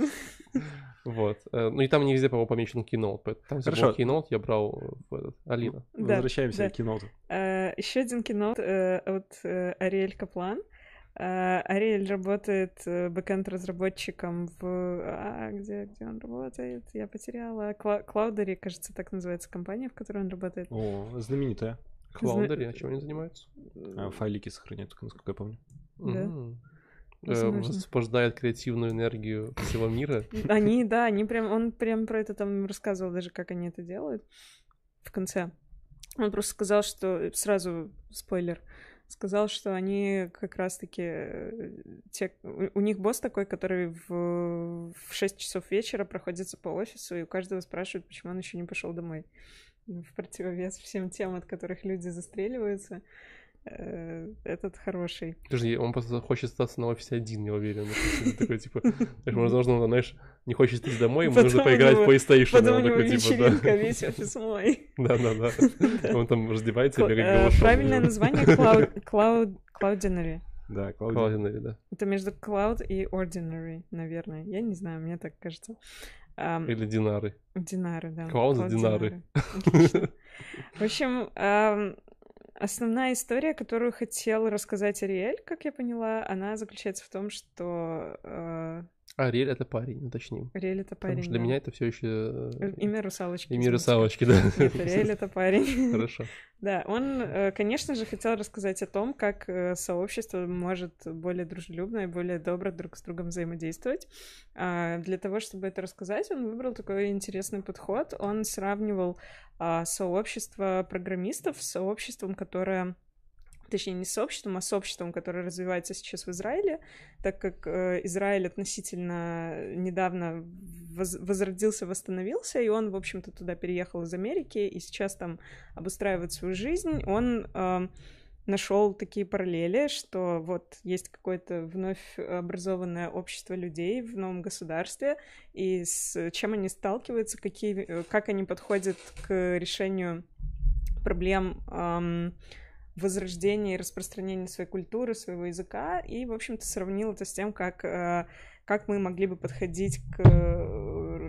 Вот. э, Ну и там не везде, по-моему, помечен Keynote, поэтому там, где был Хорошо. Keynote, я брал в этот, Алина. Да, Возвращаемся да. к киноту. Еще один киноут э, от э, Ариэль Каплан. Э, Ариэль работает э, бэкэнд-разработчиком в... А, где, где он работает? Я потеряла. Кла- Cloudary, кажется, так называется компания, в которой он работает. О, знаменитая. Клаудари, а чем они занимаются? А, Файлики сохраняют, насколько я помню. Да. М. Э, Возможно. Возбуждает креативную энергию всего мира. Они, да, они прям... Он прям про это там рассказывал даже, как они это делают в конце. Он просто сказал, что... Сразу спойлер. Сказал, что они как раз-таки... э, Те... У у них босс такой, который в... в шесть часов вечера проходится по офису, и у каждого спрашивают, почему он еще не пошел домой. Ну, в противовес всем тем, от которых люди застреливаются. э, Этот хороший. Подожди, он просто хочет остаться на офисе один, я уверен. Это такой, типа, возможно, он, знаешь, не хочет идти домой, ему Потом нужно у поиграть него- в PlayStation. Потом у Он него такой, типа, да. вечеринка, весь офис мой. Да-да-да. Он там раздевается и Кла- бегает э, голышом. Правильное название Cloud- Cloud- Cloudinary. Да, Клаудия. Клаудинary, да. Это между Cloud и Ordinary, наверное. Я не знаю, мне так кажется. Ам, Или динары. Динары, да. Cloud Cloud динары. Отлично. В общем, ам, основная история, которую хотел рассказать Ариэль, как я поняла, она заключается в том, что э, Ариэль — это парень, уточним. Ариэль — это Потому парень. что для да. меня это все еще Э, Имя русалочки. из имя мультика. русалочки, да. Нет, Ариэль — это парень. Хорошо. Да, он, э, конечно же, хотел рассказать о том, как э, сообщество может более дружелюбно и более добро друг с другом взаимодействовать. А для того, чтобы это рассказать, он выбрал такой интересный подход. Он сравнивал а, сообщество программистов с сообществом, которое... Точнее, не с сообществом, а с обществом, которое развивается сейчас в Израиле, так как э, Израиль относительно недавно воз- возродился, восстановился, и он, в общем-то, туда переехал из Америки, и сейчас там обустраивает свою жизнь. Он э, нашел такие параллели, что вот есть какое-то вновь образованное общество людей в новом государстве, и с чем они сталкиваются, какие, э, как они подходят к решению проблем эм, возрождения и распространения своей культуры, своего языка, и, в общем-то, сравнил это с тем, как, э, как мы могли бы подходить к э,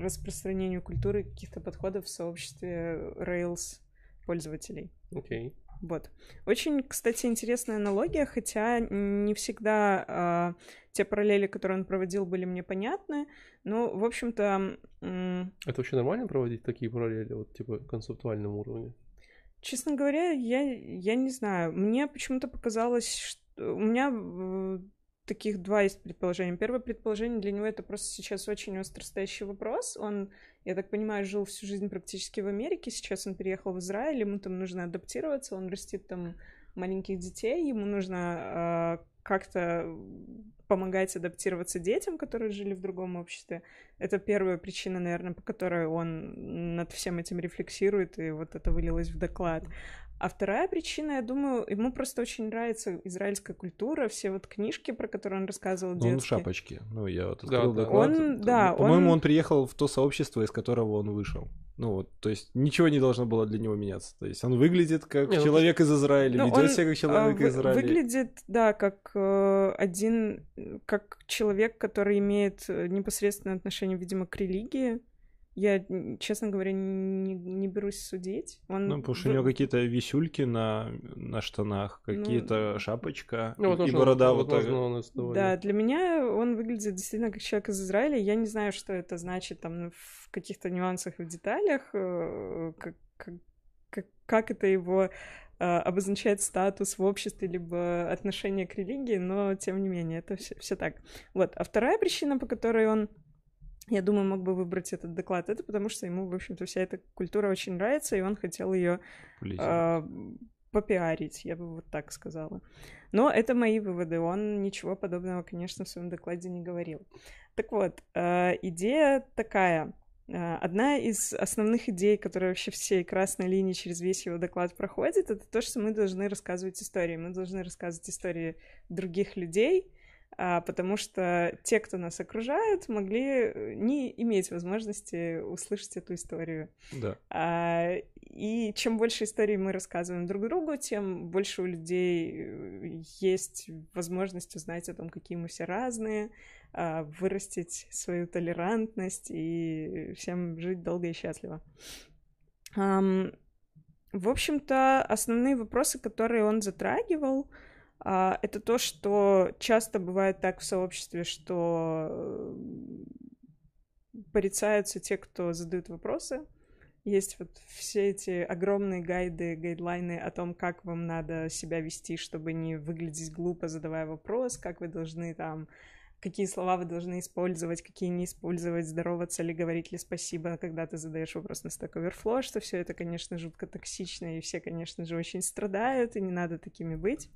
распространению культуры каких-то подходов в сообществе Rails пользователей. Окей. Okay. Вот. Очень, кстати, интересная аналогия, хотя не всегда э, те параллели, которые он проводил, были мне понятны. Но, в общем-то... М- Это вообще нормально проводить такие параллели, вот типа концептуальном уровне? Честно говоря, я, я не знаю. Мне почему-то показалось, что у меня э, таких два есть предположения. Первое предположение для него — это просто сейчас очень остро стоящий вопрос. Он, я так понимаю, жил всю жизнь практически в Америке, сейчас он переехал в Израиль, ему там нужно адаптироваться, он растит там маленьких детей, ему нужно э, как-то помогать адаптироваться детям, которые жили в другом обществе. Это первая причина, наверное, по которой он над всем этим рефлексирует, и вот это вылилось в доклад. А вторая причина, я думаю, ему просто очень нравится израильская культура, все вот книжки, про которые он рассказывал, детские. Он в шапочке. Ну, я вот Да, открыл да. доклад. Он, да, По-моему, он... он приехал в то сообщество, из которого он вышел. Ну вот, то есть ничего не должно было для него меняться. То есть он выглядит как не, человек ну, из Израиля, ну, ведет он, себя как человек э, из Израиля. Выглядит, да, как э, один, как человек, который имеет непосредственное отношение, видимо, к религии. Я, честно говоря, не, не берусь судить. Он... Ну, потому что у него какие-то висюльки на, на штанах, какие-то ну, шапочка ну, и возможно, борода он, вот возможно, так. он из того, Да, для меня он выглядит действительно как человек из Израиля. Я не знаю, что это значит там в каких-то нюансах и в деталях, как, как, как это его обозначает статус в обществе, либо отношение к религии, но тем не менее, это все, все так. Вот. А вторая причина, по которой он, я думаю, мог бы выбрать этот доклад, это потому что ему, в общем-то, вся эта культура очень нравится, и он хотел ее э, попиарить, я бы вот так сказала. Но это мои выводы, он ничего подобного, конечно, в своем докладе не говорил. Так вот, э, идея такая. Одна из основных идей, которая вообще всей красной линии через весь его доклад проходит, это то, что мы должны рассказывать истории. Мы должны рассказывать истории других людей, потому что те, кто нас окружают, могли не иметь возможности услышать эту историю. Да. И чем больше историй мы рассказываем друг другу, тем больше у людей есть возможность узнать о том, какие мы все разные, вырастить свою толерантность и всем жить долго и счастливо. В общем-то, основные вопросы, которые он затрагивал, это то, что часто бывает так в сообществе, что порицаются те, кто задают вопросы. Есть вот все эти огромные гайды, гайдлайны о том, как вам надо себя вести, чтобы не выглядеть глупо, задавая вопрос, как вы должны там, какие слова вы должны использовать, какие не использовать, здороваться ли, говорить ли спасибо, когда ты задаешь вопрос на Stack Overflow, что все это, конечно, жутко токсично, и все, конечно же, очень страдают, и не надо такими быть.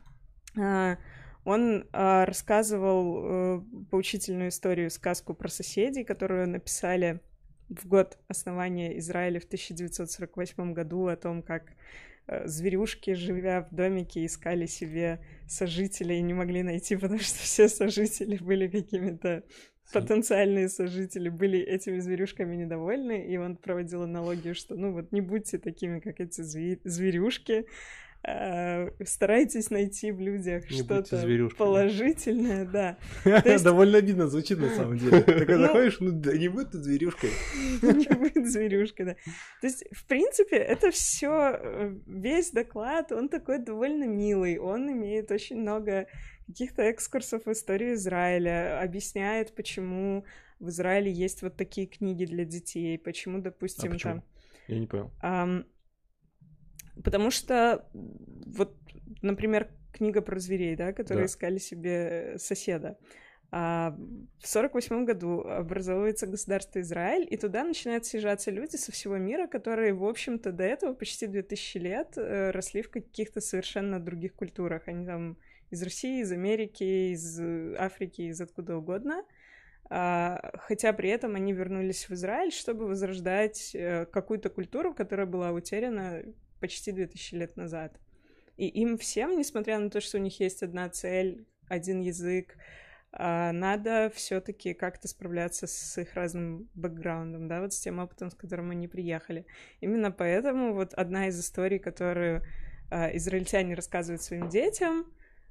Он рассказывал поучительную историю, сказку про соседей, которую написали в год основания Израиля в тысяча девятьсот сорок восьмом году, о том, как зверюшки, живя в домике, искали себе сожителей и не могли найти, потому что все сожители были какими-то... Потенциальные сожители были этими зверюшками недовольны, и он проводил аналогию, что, ну вот, не будьте такими, как эти зверюшки, старайтесь найти в людях не что-то положительное, да. Есть... Довольно обидно звучит на самом деле. Такой заходишь, ну да не будь ты зверюшкой. Не будь зверюшкой, да. То есть, в принципе, это все весь доклад, он такой довольно милый, он имеет очень много каких-то экскурсов в историю Израиля, объясняет, почему в Израиле есть вот такие книги для детей, почему, допустим, а почему? там... Я не понял. Ам... Потому что, вот, например, книга про зверей, да, которые да. искали себе соседа. А в сорок восьмом году образовывается государство Израиль, и туда начинают съезжаться люди со всего мира, которые, в общем-то, до этого почти две тысячи лет росли в каких-то совершенно других культурах. Они там из России, из Америки, из Африки, из откуда угодно. Хотя при этом они вернулись в Израиль, чтобы возрождать какую-то культуру, которая была утеряна почти две тысячи лет назад. И им всем, несмотря на то, что у них есть одна цель, один язык, надо все-таки как-то справляться с их разным бэкграундом, да, вот с тем опытом, с которым они приехали. Именно поэтому вот одна из историй, которую израильтяне рассказывают своим детям,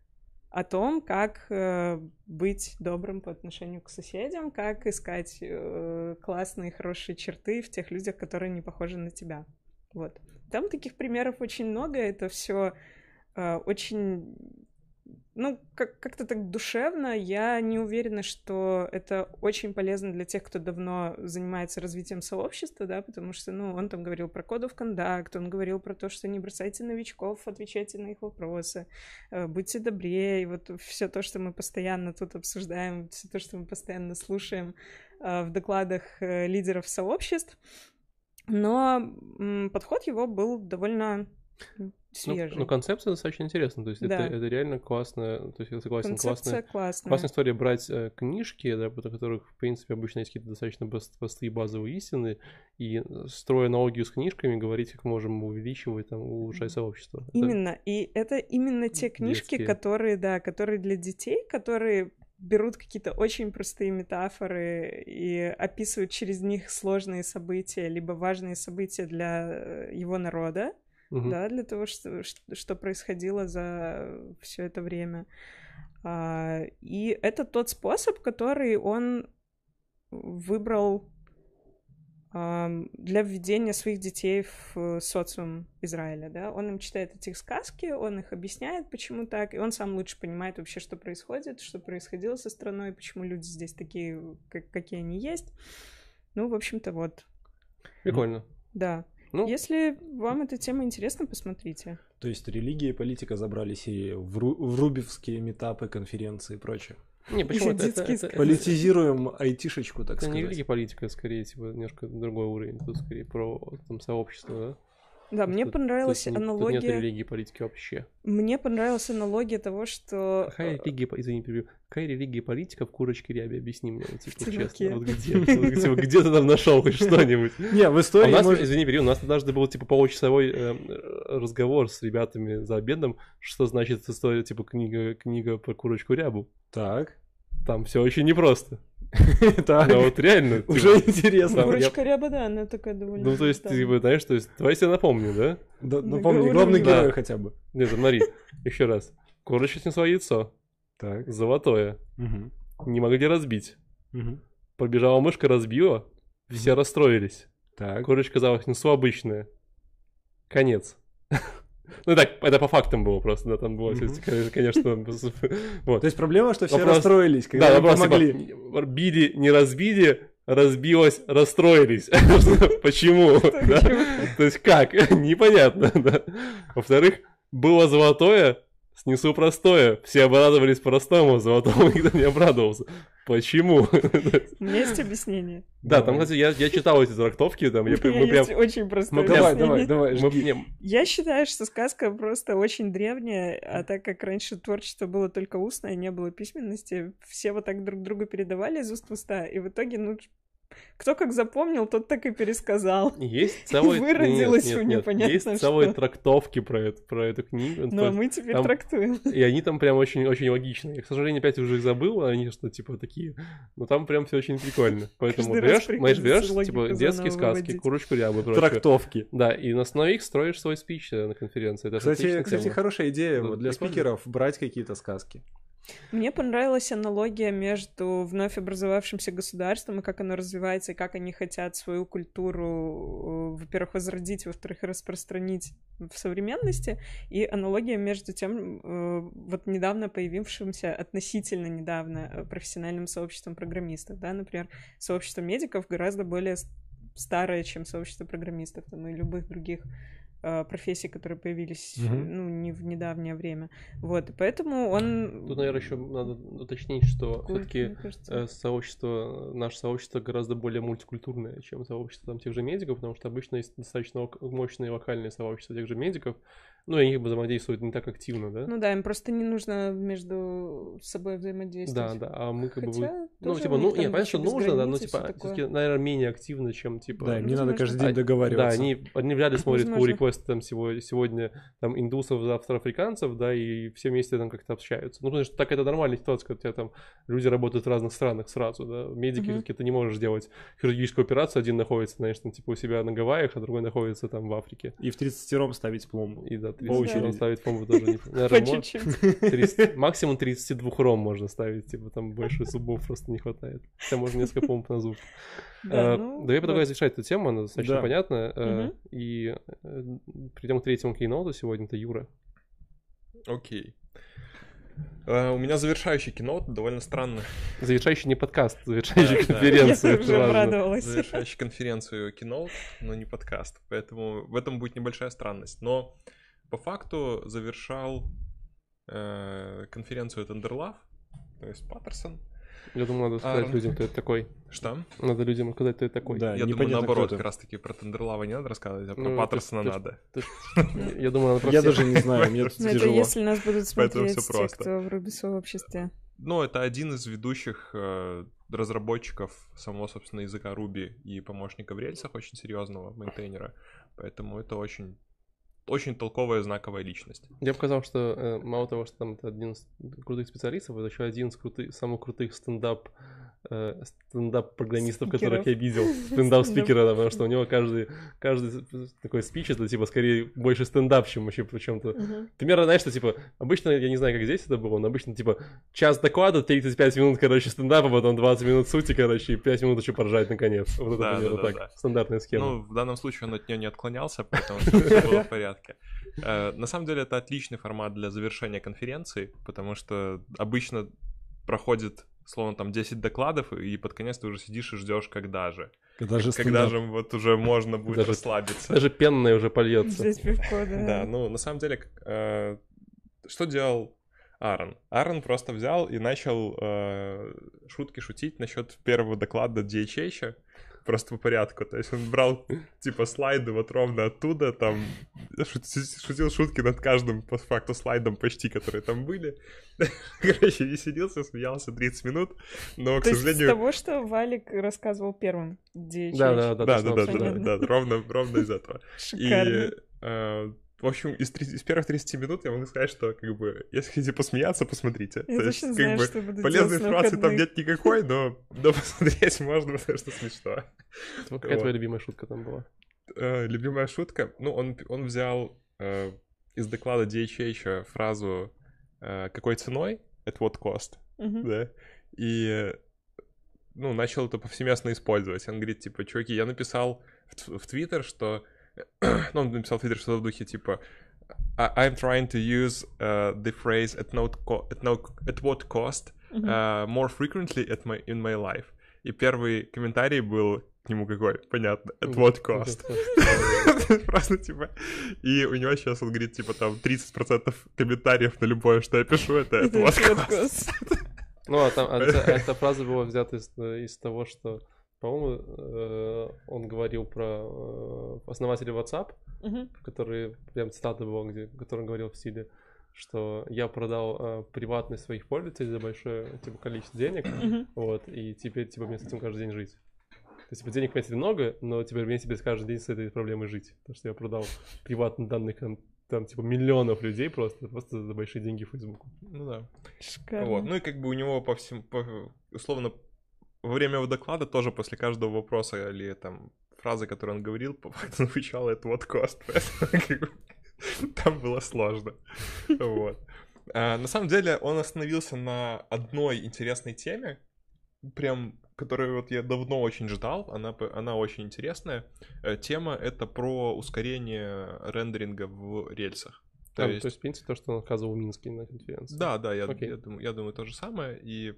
о том, как э, быть добрым по отношению к соседям, как искать э, классные, хорошие черты в тех людях, которые не похожи на тебя. Вот. Там таких примеров очень много, это все э, очень, ну, как- как-то так душевно. Я не уверена, что это очень полезно для тех, кто давно занимается развитием сообщества, да, потому что, ну, он там говорил про Code of Conduct, он говорил про то, что не бросайте новичков, отвечайте на их вопросы, э, будьте добрее, и вот все то, что мы постоянно тут обсуждаем, все то, что мы постоянно слушаем э, в докладах э, лидеров сообществ. Но м, подход его был довольно м, Ну, свежий. ну, концепция достаточно интересная, то есть Да. это, это реально классно, то есть я согласен, Концепция классная, классная. классная история брать э, книжки, да, по которых, в принципе, обычно есть какие-то достаточно бас- простые базовые истины, и э, строя аналогию с книжками, говорить, как можем увеличивать, там, улучшать сообщество. Это- Именно. И это именно те книжки, Детские. которые, да, которые для детей, которые берут какие-то очень простые метафоры и описывают через них сложные события, либо важные события для э, его народа, Мгм. да, для того, что, что, что происходило за все это время. А, и это тот способ, который он выбрал ам, для введения своих детей в э, социум Израиля, да. Он им читает эти сказки, он их объясняет, почему так, и он сам лучше понимает вообще, что происходит, что происходило со страной, почему люди здесь такие, как- какие они есть. Ну, в общем-то, вот, Прикольно. да. Ну, Если вам эта тема интересна, посмотрите. То есть религия и политика забрали серии в, ру- в рубевские метапы, конференции и прочее. не, почему это, это, Детские это- это- Политизируем айтишечку, так это не сказать. религия, политика, скорее, типа, немножко другой уровень, тут скорее про там, сообщество, да? Да, мне Тут- понравилась тут не- Тут нет аналогия. религии и политики вообще. Мне понравилась аналогия того, что... Какая религия, по- извини, перебью, какая религия и политика в курочке рябе? Объясни мне, вот, типа, Стрелке. честно. Вот где? Вот где, вот где ты там нашел хоть что-нибудь? Не, в А у истории нас, может- извини, перебью, у нас однажды был, типа, получасовой э, разговор с ребятами за обедом, что значит история, типа, книга, книга про курочку рябу. Так. Там все очень непросто. Так. Да вот реально. типа, Уже интересно. Там я- Курочка ряба, да, она такая довольно... Ну, то есть, там- типа, знаешь, то есть, давай я напомню, да? Да, Да Напомни, говорю главный же. герой Да. хотя бы. Нет, смотри, еще раз. Курочка снесла яйцо, Так. золотое, Мгм. не могли разбить. Мгм. Пробежала мышка, разбила, все расстроились. Так. Курочка казалось, несу обычная. Конец. Ну так, это по фактам было просто, да, там было, Мгм. конечно, вот. То есть проблема, что все Вопрос- расстроились, когда Да, им вопрос, помогли. типа, били, не разбили, разбилось, расстроились. Почему? Да? То есть как? Непонятно, да. Во-вторых, было золотое, снесу простое. Все обрадовались простому, золотому никто не обрадовался. Почему? У меня есть объяснение. Да, там, Давай. кстати, я, я читал эти трактовки, там, я, У прям- меня мы прям... есть очень простое мы Давай, прям- давай, объяснение. давай, мы- жги. не, Я считаю, что сказка просто очень древняя, а так как раньше творчество было только устное, не было письменности, все вот так друг другу передавали из уст в уста, и в итоге, ну, кто как запомнил, тот так и пересказал. Есть целые... выродилось нет, у нет, нет. непонятно Есть что. целые трактовки про, это, про эту книгу. Но То- мы теперь там- трактуем. И они там прям очень-очень логичные. Я, к сожалению, опять уже их забыл, а они что, типа, такие... Но там прям все очень прикольно. Поэтому Каждый раз берешь, знаешь, берешь, приходится типа, логику детские заново сказки, выводить. курочку рябу и прочее. Трактовки. Да, и на основе их строишь свой спич э, на конференции. Это Кстати, отличная кстати, тема. хорошая идея Ну, вот для прикольно. спикеров брать какие-то сказки. Мне понравилась аналогия между вновь образовавшимся государством и как оно развивается, и как они хотят свою культуру, э, во-первых, возродить, во-вторых, распространить в современности, и аналогия между тем э, вот недавно появившимся, относительно недавно, э, профессиональным сообществом программистов, да, например, сообщество медиков гораздо более с- старое, чем сообщество программистов, там, и любых других э, профессий, которые появились, Мгм. ну, не в недавнее время. Вот, и поэтому он... Тут, наверное, еще надо уточнить, что Такой, все-таки мне кажется, э, сообщество, наше сообщество гораздо более мультикультурное, чем сообщество там тех же медиков, потому что обычно есть достаточно лок- мощные локальные сообщества тех же медиков, ну, и они как бы взаимодействуют не так активно, да? Ну да, им просто не нужно между собой Да, взаимодействовать. да, а мы как бы... Хотя вы- Ну, тоже типа, у ну, них нет, там понятно, что ещё без нужно, да, но, границ и типа, всё такое. все-таки, наверное, менее активно, чем, типа... Да, им не надо возможно. каждый день А, Да, договариваться. они, они вряд ли смотрят pull Возможно. request там сегодня, сегодня там индусов, завтра африканцев, да, и все вместе там как-то общаются. Ну, потому что так это нормальная ситуация, когда у тебя там люди работают в разных странах сразу, да. Медики, Мгм. все-таки ты не можешь делать хирургическую операцию, один находится, знаешь, там, типа у себя на Гавайях, а другой находится там в Африке. И в тридцатером ставить пломбу. И да, да, По очереди. ставить, по-моему, тоже не... По Наверное, мо- чуть-чуть. тридцать максимум тридцать два ром можно ставить, типа там больше зубов просто не хватает. Хотя можно несколько помп на зуб. Да, Э, ну, Давай предлагаю вот. завершать эту тему, она достаточно Да. понятная. э, Мгм. И э, перейдем к третьему кейноуту сегодня, это Юра. Окей. Э, У меня завершающий кино, довольно странно. Завершающий не подкаст, завершающий Да, да. конференцию. Я это уже важно. обрадовалась. Завершающий конференцию кино, но не подкаст. Поэтому в этом будет небольшая странность. Но по факту завершал э, конференцию Tenderlove, то есть Паттерсон. Я думаю, надо сказать Аарон. людям, кто это такой. Что? Надо людям сказать, кто это такой. Да, Я думаю, непонятно, наоборот, кто как это. раз-таки про Tenderlove не надо рассказывать, а про Ну, Паттерсона ты ж- надо. Ты ж- Я думаю, надо про Я всех. даже не знаю, мне тут Ну, это тяжело. если нас будут Поэтому смотреть всё те, просто. кто в Ruby сообществе. Ну, это один из ведущих э, разработчиков самого, собственно, языка Ruby и помощника в рельсах, очень серьезного мейнтейнера. Поэтому это очень, очень толковая, знаковая личность. Я бы сказал, что э, мало того, что там это один из крутых специалистов, это еще один из крутых, самых крутых стендап э, стендап-программистов, которых я видел. Стендап-спикера, да, потому что у него каждый, каждый такой спич, это типа скорее больше стендап, чем вообще при чем-то. Мгм. Примерно, знаешь, что типа, обычно, я не знаю, как здесь это было, но обычно типа час доклада, тридцать пять минут, короче, стендапа, потом двадцать минут сути, короче, и пять минут еще поржать наконец. Вот это Да, примерно да, да, так, да. стандартная схема. Ну, в данном случае он от нее не отклонялся, поэтому все было в порядке. Э, На самом деле это отличный формат для завершения конференции, потому что обычно проходит, словно там десять докладов, и под конец ты уже сидишь и ждешь, когда же. Когда же Когда стендап. же вот уже можно будет Даже- расслабиться. Даже пенное уже польется. Взять пивко, да. Да, ну, на самом деле, к- э, что делал Аарон? Аарон просто взял и начал э, шутки шутить насчет первого доклада ди эйч эйч, просто по порядку. То есть он брал, типа, слайды вот ровно оттуда, там, шути- шутил шутки над каждым, по факту, слайдом почти, которые там были. Короче, веселился, смеялся тридцать минут, но, к То есть с сожалению... того, что Валик рассказывал первым ди эйч эйч. Да, да, да. Да, то, да, что да, он да, сказал. да, да, ровно, ровно из этого. Шикарно. И, э, в общем, из, три- из первых тридцати минут я могу сказать, что, как бы, если хотите посмеяться, посмотрите. Я То есть, точно как знаю, бы, что буду полезной делать на информации там выходных. нет никакой, но, но посмотреть можно, потому что смешно. Какая Вот. твоя любимая шутка там была? Э, любимая шутка, ну, он, он взял э, из доклада ди эйч эйч фразу э, «Какой ценой?» «At what cost?» Мгм. да, и, ну, начал это повсеместно использовать. Он говорит, типа, чуваки, я написал в, т- в Твиттер, что... ну, он написал в Твиттер что-то в духе, типа, I- I'm trying to use uh, the phrase at, no co- at, no at what cost Мгм. uh, more frequently at my, in my life. И первый комментарий был к нему какой? Понятно. At what cost? Просто, типа... И у него сейчас, он говорит, типа, там, тридцать процентов комментариев на любое, что я пишу, это at Это what вот cost. кост. Ну, а там а эта, а эта фраза была взята из, из того, что, по-моему, э, он говорил про э, основателя WhatsApp, Мгм. который, прям цитата была, где, который он говорил в стиле, что я продал э, приватность своих пользователей за большое типа, количество денег, Мгм. вот, и теперь типа мне с этим каждый день жить. То есть, типа, денег, конечно, много, но теперь мне теперь каждый день с этой проблемой жить. Потому что я продал приватные данные там, там, типа, миллионов людей просто, просто за большие деньги Фейсбуку. Ну да. Шикарно. Вот. Ну и как бы у него по всем, по- условно, во время его доклада тоже после каждого вопроса или там фразы, которые он говорил, по факту звучало это вот кост. Поэтому как бы там было сложно. Вот. А, на самом деле он остановился на одной интересной теме, прям, которую вот я давно очень ждал, она, п- она очень интересная. Э, Тема это про ускорение рендеринга в рельсах. То, есть... то есть, в принципе, то, что он рассказывал в Минске на конференции. Да, да, я, Окей. я, думаю, я думаю то же самое. И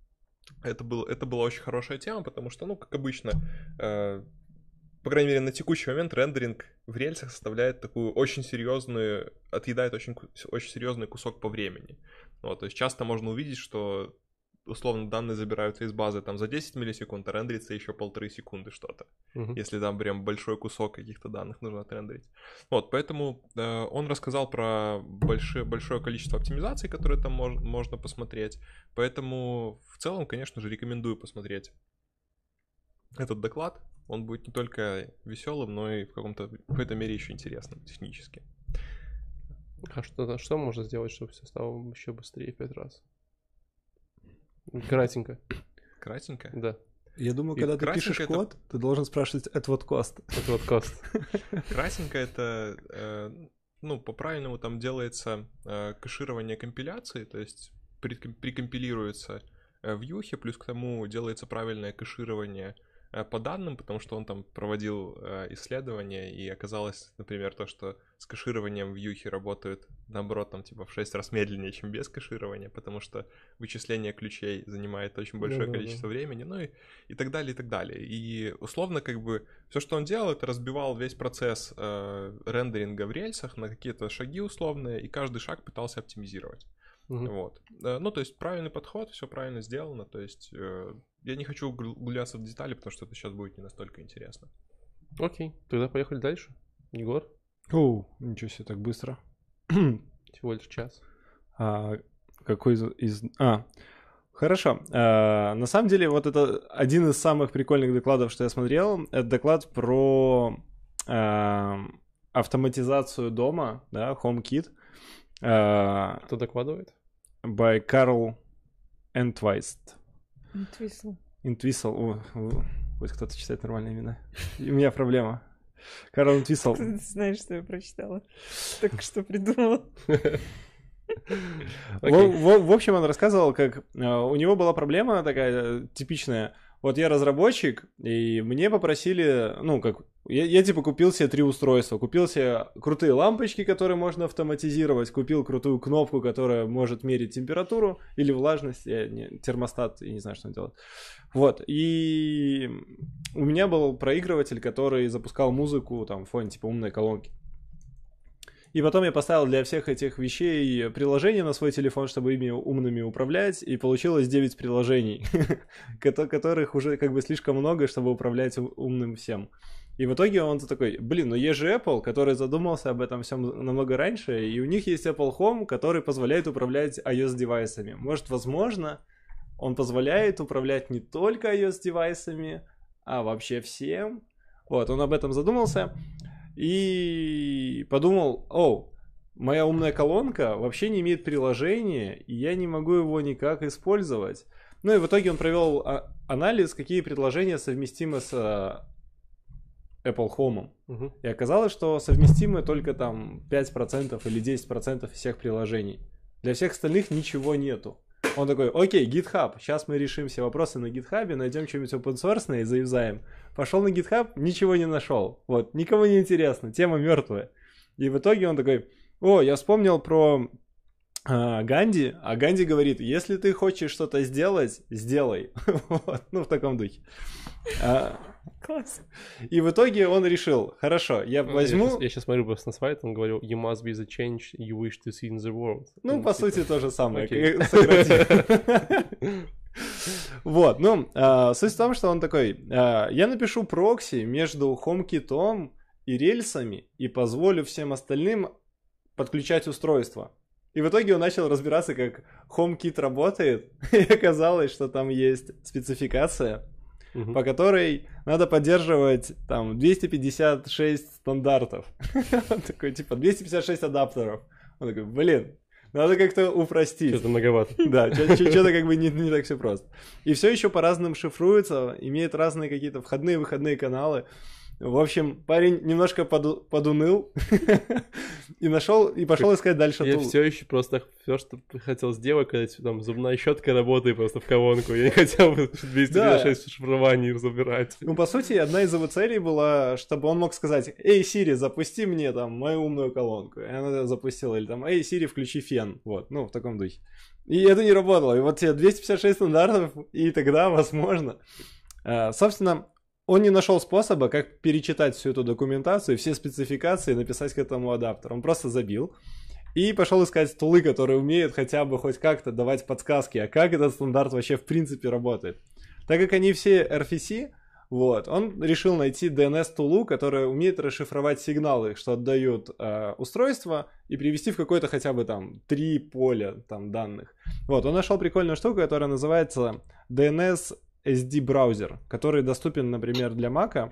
это, был, это была очень хорошая тема, потому что, ну, как обычно, э, по крайней мере, на текущий момент рендеринг в рельсах составляет такую очень серьезную, отъедает очень, ку- очень серьезный кусок по времени. Вот, то есть часто можно увидеть, что условно данные забираются из базы там за десять миллисекунд, а рендерится еще полторы секунды что-то. Мгм. Если там прям большой кусок каких-то данных нужно отрендерить. Вот, поэтому э, он рассказал про большое, большое количество оптимизаций, которые там мож- можно посмотреть. Поэтому в целом, конечно же, рекомендую посмотреть этот доклад. Он будет не только веселым, но и в каком-то в какой-то мере еще интересным технически. А что, что можно сделать, чтобы все стало еще быстрее в пять раз? Кратенько, Кратенько. да. Я думаю, И когда ты красненько пишешь это- код, ты должен спрашивать at what cost. Это вот кост. Кратенько это... э, ну, по-правильному там делается э, кэширование компиляции, то есть прикомпилируется э, вьюхи, плюс к тому делается правильное кэширование э, по данным, потому что он там проводил э, исследования, и оказалось, например, то, что с кэшированием вьюхи работают, наоборот, там типа в шесть раз медленнее, чем без кэширования, потому что вычисление ключей занимает очень большое Да-да-да. количество времени, ну и, и так далее, и так далее. И условно как бы все, что он делал, это разбивал весь процесс э, рендеринга в рельсах на какие-то шаги условные, и каждый шаг пытался оптимизировать. Мгм. Вот. Э, Ну, то есть правильный подход, все правильно сделано, то есть э, я не хочу угл- углубляться в детали, потому что это сейчас будет не настолько интересно. Окей, тогда поехали дальше. Егор, Оу, ничего себе, так быстро. всего лишь час. А, какой из... из- А, хорошо. А, на самом деле, вот это один из самых прикольных докладов, что я смотрел. Это доклад про а, автоматизацию дома, да, HomeKit, а, Кто докладывает? by Carl Entwistle. Твисл. Entwistle. О, о, хоть кто-то читает нормальные имена. И у меня проблема. Карл Entwistle. Ты знаешь, что я прочитала? Только что придумала. В, в- в общем, он рассказывал, как э, у него была проблема такая э, типичная. Вот я разработчик, и мне попросили, ну, как, я, я типа купил себе три устройства. Купил себе крутые лампочки, которые можно автоматизировать, купил крутую кнопку, которая может мерить температуру или влажность, я не- термостат, я не знаю, что он делает. Вот, и у меня был проигрыватель, который запускал музыку, там, в фоне, типа, умной колонки. И потом я поставил для всех этих вещей приложения на свой телефон, чтобы ими умными управлять, и получилось девять приложений, кото- которых уже как бы слишком много, чтобы управлять у- умным всем. И в итоге он такой, блин, ну есть же Apple, который задумался об этом всем намного раньше, и у них есть Apple Home, который позволяет управлять iOS-девайсами. Может, возможно, он позволяет управлять не только iOS-девайсами, а вообще всем. Вот, он об этом задумался. И подумал, о, моя умная колонка вообще не имеет приложения, и я не могу его никак использовать. Ну и в итоге он провел а- анализ, какие предложения совместимы с а, Apple Home. Мгм. И оказалось, что совместимы только там пять процентов или десять процентов всех приложений. Для всех остальных ничего нету. Он такой, окей, GitHub, сейчас мы решим все вопросы на GitHub, найдем что-нибудь open source и заюзаем. Пошел на GitHub, ничего не нашел. Вот, никому не интересно, тема мертвая. И в итоге он такой, о, я вспомнил про а, Ганди, а Ганди говорит, если ты хочешь что-то сделать, сделай. Вот, ну, в таком духе. А, Класс. И в итоге он решил, хорошо, я Ну, возьму... Я сейчас, я сейчас смотрю просто на сайт, он говорил, you must be the change you wish to see in the world. Ну, по типа, сути, то же самое. окей. как сократив. Вот, ну, а, суть в том, что он такой, а, я напишу прокси между HomeKit и рельсами и позволю всем остальным подключать устройство. И в итоге он начал разбираться, как HomeKit работает, и оказалось, что там есть спецификация, Мгм. по которой надо поддерживать там двести пятьдесят шесть стандартов. Он такой, типа, двести пятьдесят шесть адаптеров. Он такой, блин, надо как-то упростить. Что-то многовато. Да, что-то как бы не, не так все просто. И все еще по-разному шифруется, имеет разные какие-то входные и выходные каналы. В общем, парень немножко поду- подуныл и нашел, и пошел искать дальше Я тул. все еще просто все, что хотел сделать, когда там зубная щетка работает просто в колонку. Я не хотел бы двести пятьдесят шесть шифрований забирать. Ну, по сути, одна из его целей была, чтобы он мог сказать, эй, Сири, запусти мне там мою умную колонку. И она это запустила. Или там, эй, Сири, включи фен. Вот, ну, в таком духе. И это не работало. И вот тебе двести пятьдесят шесть стандартов, и тогда, возможно. А, собственно, он не нашел способа, как перечитать всю эту документацию, все спецификации, написать к этому адаптер. Он просто забил и пошел искать тулы, которые умеют хотя бы хоть как-то давать подсказки, а как этот стандарт вообще в принципе работает. Так как они все эр эф си, вот, он решил найти ди эн эс-тулу, которая умеет расшифровать сигналы, что отдают э, устройства, и привести в какое-то хотя бы там три поля там, данных. Вот, он нашел прикольную штуку, которая называется ди эн эс эс ди браузер, который доступен, например, для Mac.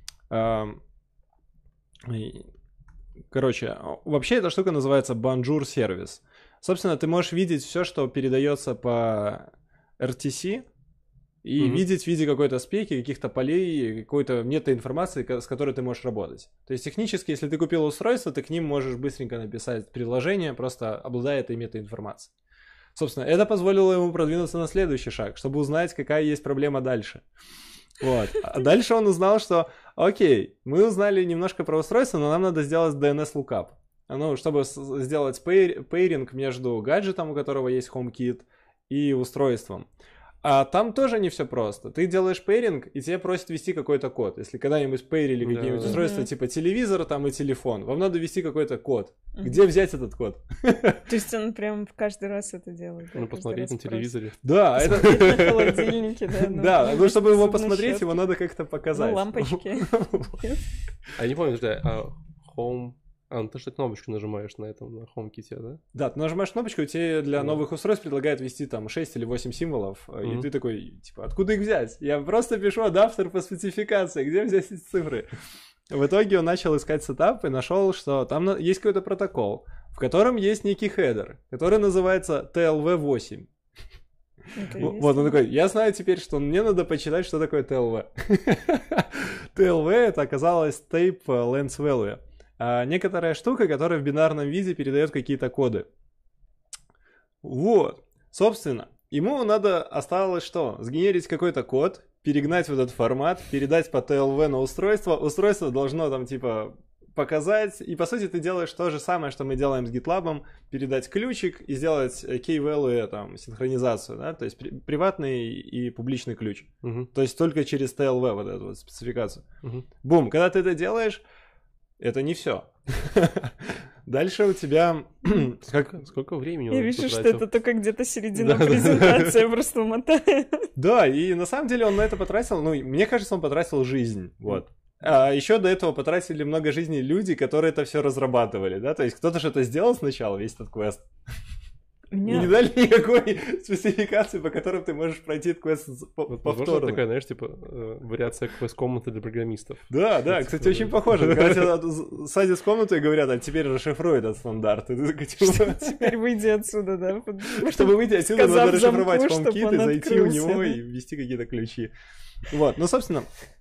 Короче, вообще эта штука называется Bonjour сервис. Собственно, ты можешь видеть все, что передается по эр ти си, и Мгм. видеть в виде какой-то спеки, каких-то полей, какой-то метаинформации, ка- с которой ты можешь работать. То есть технически, если ты купил устройство, ты к ним можешь быстренько написать приложение, просто обладая этой метаинформацией. Собственно, это позволило ему продвинуться на следующий шаг, чтобы узнать, какая есть проблема дальше. Вот. А дальше он узнал, что, окей, мы узнали немножко про устройство, но нам надо сделать ди эн эс-лукап. Ну, чтобы с- сделать пейр- пейринг между гаджетом, у которого есть HomeKit, и устройством. А там тоже не все просто. Ты делаешь пейринг, и тебе просят ввести какой-то код. Если когда-нибудь пейрили Да, какие-нибудь да. устройства, Мгм. типа телевизор там и телефон, вам надо ввести какой-то код. Мгм. Где взять этот код? То есть он прям каждый раз это делает. да, Ну, каждый посмотреть раз на просит. телевизоре. Да, это... Посмотреть на холодильнике, да. на- Да, на ну чтобы его зубной посмотреть, щетке. его надо как-то показать. Ну, лампочки. А не помню, подожди, а Home... А, ну ты же кнопочку нажимаешь на этом, на HomeKit, да? Да, ты нажимаешь кнопочку, и тебе для Да. новых устройств предлагают ввести там шесть или восемь символов, и Мгм. ты такой, типа, откуда их взять? Я просто пишу адаптер по спецификации, где взять эти цифры? В итоге он начал искать сетап и нашел, что там на- есть какой-то протокол, в котором есть некий хедер, который называется ти эл ви восемь. Это В- есть, Вот он да. такой, я знаю теперь, что мне надо почитать, что такое ти эл ви. ти эл ви это оказалось Tape Length Value. А, некоторая штука, которая в бинарном виде передает какие-то коды. Вот. Собственно, ему надо осталось что? Сгенерить какой-то код, перегнать в этот формат, передать по ти эл ви на устройство. Устройство должно там типа показать. И по сути ты делаешь то же самое, что мы делаем с GitLab, передать ключик и сделать key-value там синхронизацию, да, то есть при- приватный и публичный ключ. Угу. То есть только через ти эл ви вот эту вот спецификацию. Угу. Бум, когда ты это делаешь, это не все. Дальше у тебя... как... Сколько, сколько времени Я он вижу, что потратил? это только где-то середина Да-да-да. презентации просто мотает. Да, и на самом деле он на это потратил, ну, мне кажется, он потратил жизнь, вот. А еще до этого потратили много жизней люди, которые это все разрабатывали, да, то есть кто-то же это сделал сначала, весь этот квест, и не Меня... дали никакой спецификации, по которым ты можешь пройти этот квест с- по- Вот, возможно, повторно. такая, знаешь, типа э, вариация квест-комнаты для программистов. Да, да, Что-то кстати, такое. очень похоже. Когда тебя з- садят в комнату и говорят, а теперь расшифруй этот стандарт. И ты такой, типа, Теперь выйди отсюда, да. чтобы выйти отсюда, Сказав надо расшифровать замку, чтоб HomeKit он и зайти у открылся, него да. и ввести какие-то ключи. Вот, ну, собственно,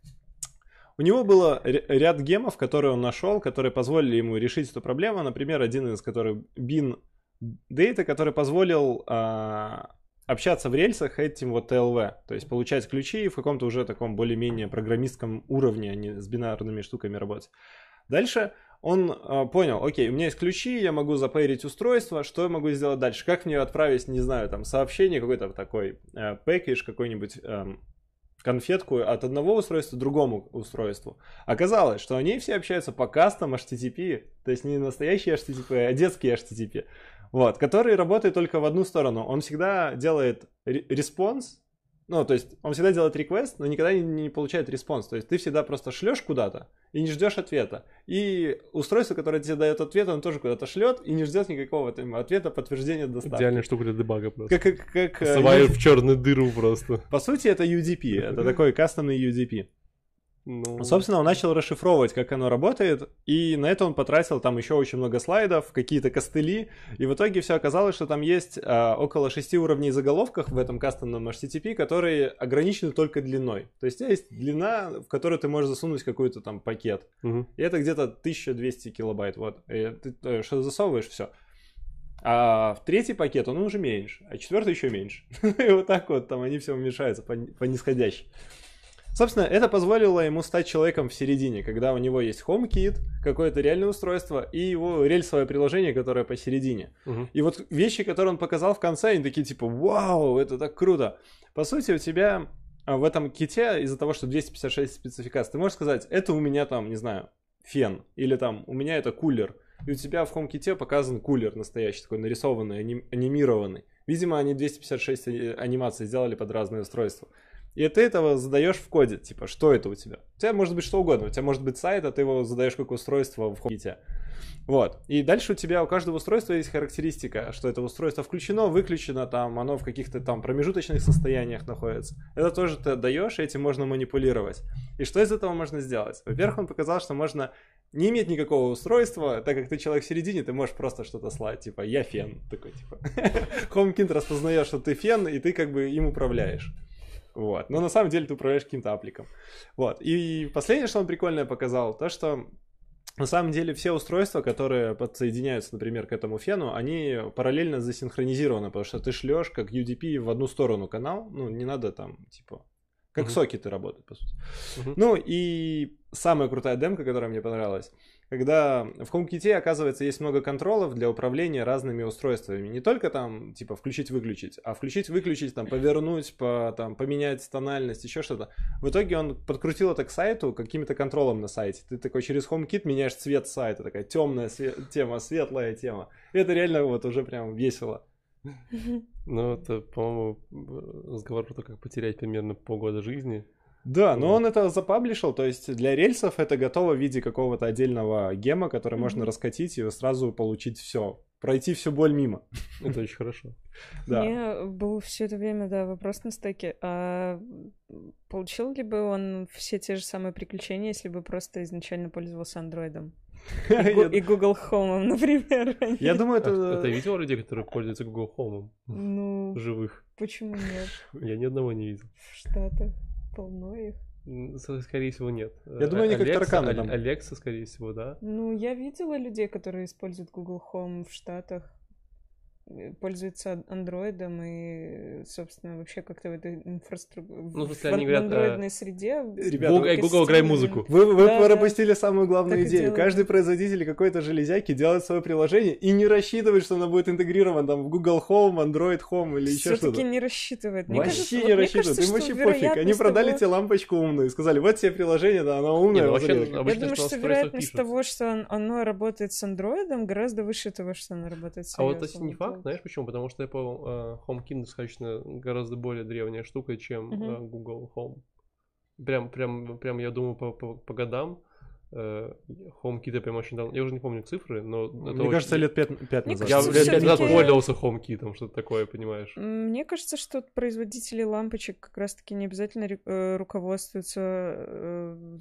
у него было р- ряд гемов, которые он нашел, которые позволили ему решить эту проблему. Например, один из которых bin data, который позволил а, общаться в рельсах этим вот ти эл ви, то есть получать ключи в каком-то уже таком более-менее программистском уровне, а не с бинарными штуками работать. Дальше он а, понял, окей, у меня есть ключи, я могу запейрить устройство, что я могу сделать дальше? Как мне отправить, не знаю, там, сообщение, какой-то такой э, пэкэдж, какой-нибудь эм, конфетку от одного устройства к другому устройству. Оказалось, что они все общаются по кастом эйч ти ти пи, то есть не настоящий эйч ти ти пи, а детский эйч ти ти пи, вот, который работает только в одну сторону. Он всегда делает ре- респонс, ну, то есть он всегда делает request, но никогда не, не получает респонс. То есть ты всегда просто шлешь куда-то и не ждешь ответа. И устройство, которое тебе дает ответ, оно тоже куда-то шлет и не ждет никакого там ответа, подтверждения доставки. Идеальная штука для дебага просто. Как, как, как, э, Посылаю в черную дыру просто. по сути, это ю ди пи, это такой кастомный ю ди пи. Ну, Собственно, он начал расшифровывать, как оно работает, и на это он потратил там еще очень много слайдов, какие-то костыли, и в итоге все оказалось, что там есть а, около шести уровней заголовков в этом кастомном эйч ти ти пи, которые ограничены только длиной. То есть у тебя есть длина, в которую ты можешь засунуть какой-то там пакет, мгм. и это где-то тысяча двести килобайт, вот. И ты э, что засовываешь, все. А в третий пакет он уже меньше, а четвертый еще меньше. И вот так вот там они все уменьшаются по, по нисходящей. Собственно, это позволило ему стать человеком в середине, когда у него есть HomeKit, какое-то реальное устройство и его рельсовое приложение, которое посередине. Мгм. И вот вещи, которые он показал в конце, они такие типа «Вау, это так круто!» По сути, у тебя а, в этом ките из-за того, что двести пятьдесят шесть спецификаций, ты можешь сказать «Это у меня там, не знаю, фен» или там «У меня это кулер». И у тебя в HomeKit показан кулер настоящий, такой нарисованный, аним- анимированный. Видимо, они двести пятьдесят шесть ани- анимаций сделали под разные устройства. И ты этого задаешь в коде, типа, что это у тебя? У тебя может быть что угодно, у тебя может быть сайт, а ты его задаешь как устройство в HomeKit. Вот. И дальше у тебя у каждого устройства есть характеристика, что это устройство включено, выключено, там, оно в каких-то там промежуточных состояниях находится. Это тоже ты даешь, и этим можно манипулировать. И что из этого можно сделать? Во-первых, он показал, что можно не иметь никакого устройства, так как ты человек в середине, ты можешь просто что-то слать, типа, я фен, такой, типа. HomeKit распознает, что ты фен, и ты как бы им управляешь. Вот. Но на самом деле ты управляешь каким-то апликом. Вот. И последнее, что он прикольное показал, то, что на самом деле все устройства, которые подсоединяются, например, к этому фену, они параллельно засинхронизированы, потому что ты шлешь как ю ди пи в одну сторону канал, ну, не надо там, типа, как uh-huh. сокеты работают, по сути. Uh-huh. Ну, и самая крутая демка, которая мне понравилась, когда в HomeKit, оказывается, есть много контролов для управления разными устройствами. Не только там, типа, включить-выключить, а включить-выключить, там, повернуть, по, там, поменять тональность, еще что-то. В итоге он подкрутил это к сайту каким-то контролом на сайте. Ты такой через HomeKit меняешь цвет сайта, такая темная све- тема, светлая тема. И это реально вот уже прям весело. Ну, это, по-моему, разговор про то, как потерять примерно полгода жизни. Да, но он это запаблишил, то есть для рельсов это готово в виде какого-то отдельного гема, который mm-hmm. можно раскатить и сразу получить все, пройти всю боль мимо. Это очень хорошо. Да. Мне был все это время, да, вопрос на стеке. А получил ли бы он все те же самые приключения, если бы просто изначально пользовался андроидом? И Google Home, например. Я думаю, это... Ты видел людей, которые пользуются Google Home? Ну... Живых. Почему нет? Я ни одного не видел. В Штатах полно их. Скорее всего, нет. Я думаю, они как тараканы там. Alexa, скорее всего, да. Ну, я видела людей, которые используют Google Home в Штатах, пользуются андроидом и, собственно, вообще как-то в этой инфраструктуре, ну, в, в андроидной а... среде. Ребята, Google, Google играй музыку. Вы, вы да, пропустили да. самую главную так идею. Каждый производитель какой-то железяки делает свое приложение и не рассчитывает, что оно будет интегрировано там в Google Home, Android Home или еще что-то. Все-таки не рассчитывает. Мне вообще кажется, не вот рассчитывает. Им вообще пофиг. Они того... продали тебе лампочку умную и сказали, вот тебе приложение, да, оно умное. Не, ну, вообще, я думаю, что вероятность пишут. того, что оно работает с андроидом, гораздо выше того, что оно работает с iOS. А вот это не факт, знаешь почему? Потому что Apple uh, HomeKit достаточно гораздо более древняя штука, чем uh-huh. uh, Google Home. Прям, прям, прям я думаю, по, по, по годам uh, HomeKit прям очень давно. Я уже не помню цифры, но... Мне это кажется, очень... лет пять, пять назад. Я кажется, лет пять назад все-таки... пользовался HomeKit, что-то такое, понимаешь? Мне кажется, что производители лампочек как раз-таки не обязательно э, руководствуются э,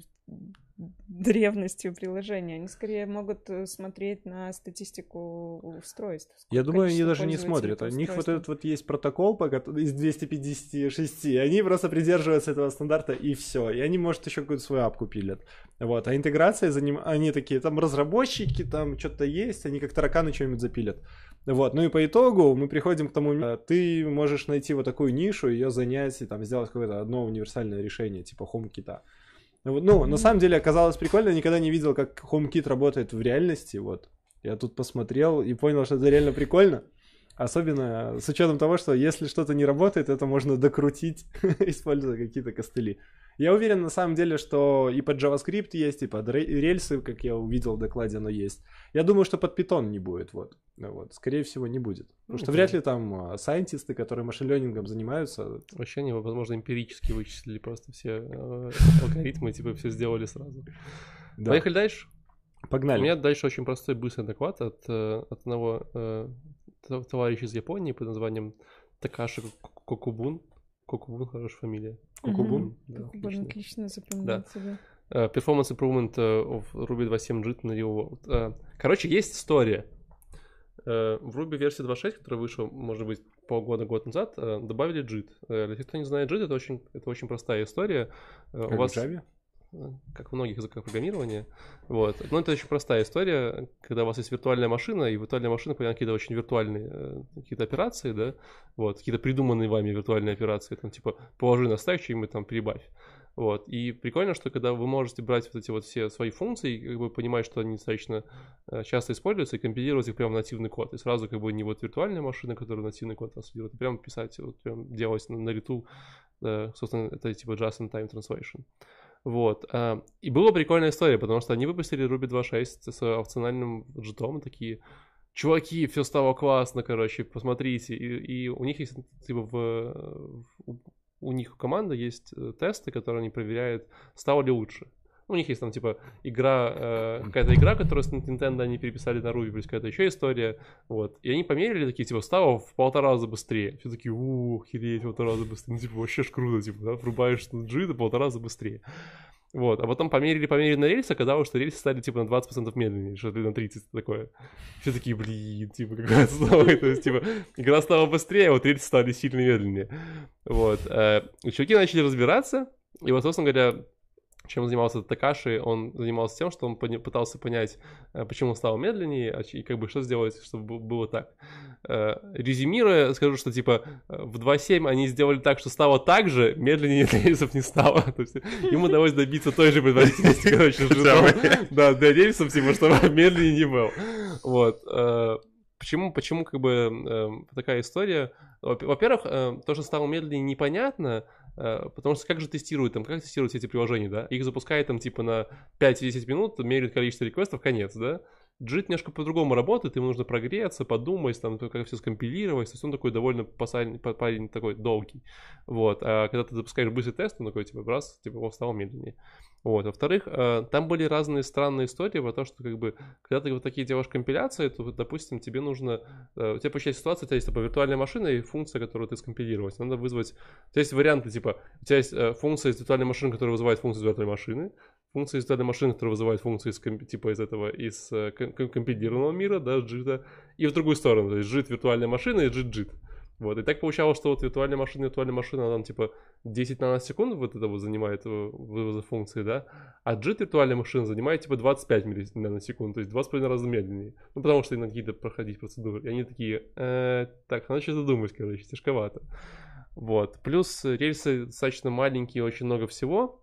древностью приложения. Они скорее могут смотреть на статистику устройств. Я думаю, они даже не смотрят. У них вот этот вот есть протокол из двухсот пятидесяти шести, и они просто придерживаются этого стандарта, и все. И они, может, еще какую-то свою апку пилят. Вот. А интеграция за ним, они такие, там разработчики, там что-то есть, они как тараканы что-нибудь запилят. Вот. Ну и по итогу мы приходим к тому, ты можешь найти вот такую нишу, ее занять и там сделать какое-то одно универсальное решение, типа HomeKit. Ну, mm-hmm. на самом деле оказалось прикольно, я никогда не видел, как HomeKit работает в реальности, вот. Я тут посмотрел и понял, что это реально прикольно. Особенно с учетом того, что если что-то не работает, это можно докрутить, используя какие-то костыли. Я уверен, на самом деле, что и под JavaScript есть, и под рельсы, как я увидел в докладе, оно есть. Я думаю, что под Python не будет, вот. вот. Скорее всего, не будет. Потому что вряд ли там сайентисты, которые машин-лернингом занимаются... Вообще они, возможно, эмпирически вычислили просто все э, алгоритмы, типа все сделали сразу. Да. Поехали дальше? Погнали. У меня дальше очень простой, быстрый доклад от, от одного э, товарища из Японии под названием Такаши Кокубун. Кокубун, хорошая фамилия. Кокубун? Да, Кокубун отлично запоминается, да. да. Uh, Performance Improvement of Ruby два точка семь джит на Real World. Uh, короче, есть история. Uh, в Ruby версии два точка шесть, которая вышла, может быть, полгода-год назад, uh, добавили джит. Uh, для тех, кто не знает джит, это очень, это очень простая история. Uh, как у вас... в Java? Как в многих языках программирования. Вот. Но это очень простая история, когда у вас есть виртуальная машина, и виртуальная машина выполняет какие-то очень виртуальные э, какие-то операции, да, вот, какие-то придуманные вами виртуальные операции, там, типа, положи на стек, что-нибудь там прибавь. Вот. И прикольно, что когда вы можете брать вот эти вот все свои функции, как бы понимать, что они достаточно э, часто используются, и компилировать их прямо в нативный код. И сразу как бы не вот виртуальная машина, которая нативный код транслирует, а прямо писать, вот, прям делать на, на лету, э, собственно, это типа just-in-time translation. Вот. И была прикольная история, потому что они выпустили Ruby два точка шесть с опциональным джитом, такие, чуваки, все стало классно, короче, посмотрите. И, и у них есть, типа, в, в, у них у команды есть тесты, которые они проверяют, стало ли лучше. У них есть там, типа, игра, э, какая-то игра, которую с Nintendo они переписали на Ruby, плюс какая-то еще история, вот. И они померили, такие, типа, стало в полтора раза быстрее. Все такие, ух, охереть, в полтора раза быстрее. Ну, типа, вообще ж круто, типа, да, врубаешь джит и полтора раза быстрее. Вот, а потом померили, померили на рельсы, оказалось, что рельсы стали, типа, на двадцать процентов медленнее, что-то на тридцать такое. Все такие, блин, типа, какая снова, то есть, типа, игра стала быстрее, а вот рельсы стали сильно медленнее. Вот, и чуваки начали разбираться, и вот, собственно говоря, чем занимался Такаши, он занимался тем, что он пытался понять, почему он стал медленнее, и как бы что сделать, чтобы было так. Резюмируя, скажу, что типа в два семь они сделали так, что стало так же, медленнее рельсов не стало. То есть ему удалось добиться той же производительности, короче, да, для рельсов, типа, чтобы медленнее не был. Вот. Почему, почему как бы такая история? Во-первых, то, что стало медленнее, непонятно, потому что как же тестируют там, как тестируют все эти приложения, да? Их запускают там типа на пять-десять минут, меряют количество реквестов, конец, да? Джит немножко по-другому работает, ему нужно прогреться, подумать, там, как все скомпилировать, то есть он такой довольно парень, парень такой долгий, вот, а когда ты запускаешь быстрый тест, он такой, типа, раз, типа, он стал медленнее, вот, во-вторых, там были разные странные истории про то, что, как бы, когда ты вот такие делаешь компиляции, то, допустим, тебе нужно, у тебя получается ситуация, у тебя есть, типа, виртуальная машина и функция, которую ты скомпилировать, надо вызвать, у тебя есть варианты, типа, у тебя есть функция из виртуальной машины, которая вызывает функцию из виртуальной машины, функция из виртуальной машины, которая вызывает функцию из, типа, из этого, из компилированного мира, да, джита, и в другую сторону, то есть джит виртуальная машина и джит джит. Вот, и так получалось, что вот виртуальная машина, виртуальная машина, она там типа десять наносекунд вот это вот занимает вывоза функции, да, а джит виртуальная машина занимает типа двадцать пять наносекунд, то есть два с половиной раза медленнее. Ну, потому что надо какие-то проходить процедуры. И они такие, э, так, надо что-то думать, короче, тяжковато. Вот, плюс рельсы достаточно маленькие, очень много всего.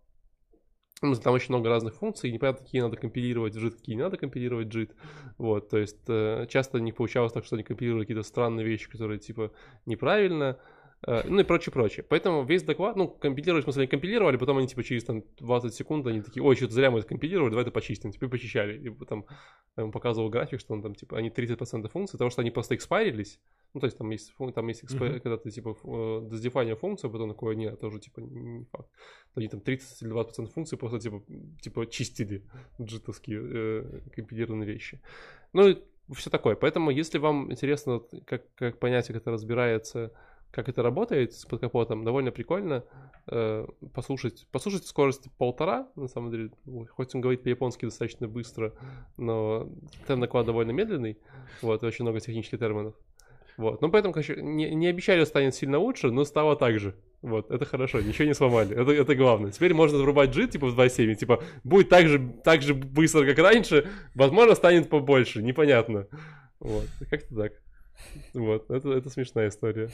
Там очень много разных функций, непонятно, какие надо компилировать в джит, какие не надо компилировать в джит. Вот, то есть э, часто не получалось так, что они компилировали какие-то странные вещи, которые типа неправильно, э, ну и прочее-прочее. Поэтому весь доклад, ну, компилировать, в смысле, они компилировали, потом они типа через там двадцать секунд, они такие, ой, что-то зря мы это компилировали, давай это почистим, теперь почищали. И потом я ему показывал график, что он там типа, они тридцать процентов функций, потому что они просто экспайрились. Ну, то есть там есть, там есть экспо... uh-huh. когда ты, типа, доздефайнил функцию, а потом такое, нет, это уже, типа, не факт. Они там тридцать или двадцать процентов функций просто, типа, типа чистили джитовские э, компилированные вещи. Ну, и все такое. Поэтому, если вам интересно, как, как понять, как это разбирается, как это работает с под капотом, довольно прикольно э, послушать. Послушать скорость полтора, на самом деле. Хоть он говорит по-японски достаточно быстро, но темп доклад довольно медленный. Вот, и очень много технических терминов. Вот. Ну, поэтому, конечно, не, не обещали, станет сильно лучше, но стало так же. Вот, это хорошо, ничего не сломали. Это, это главное. Теперь можно врубать джит, типа, в два семь, типа, будет так же, так же быстро, как раньше, возможно, станет побольше, непонятно. Вот, как-то так. Вот, это, это смешная история.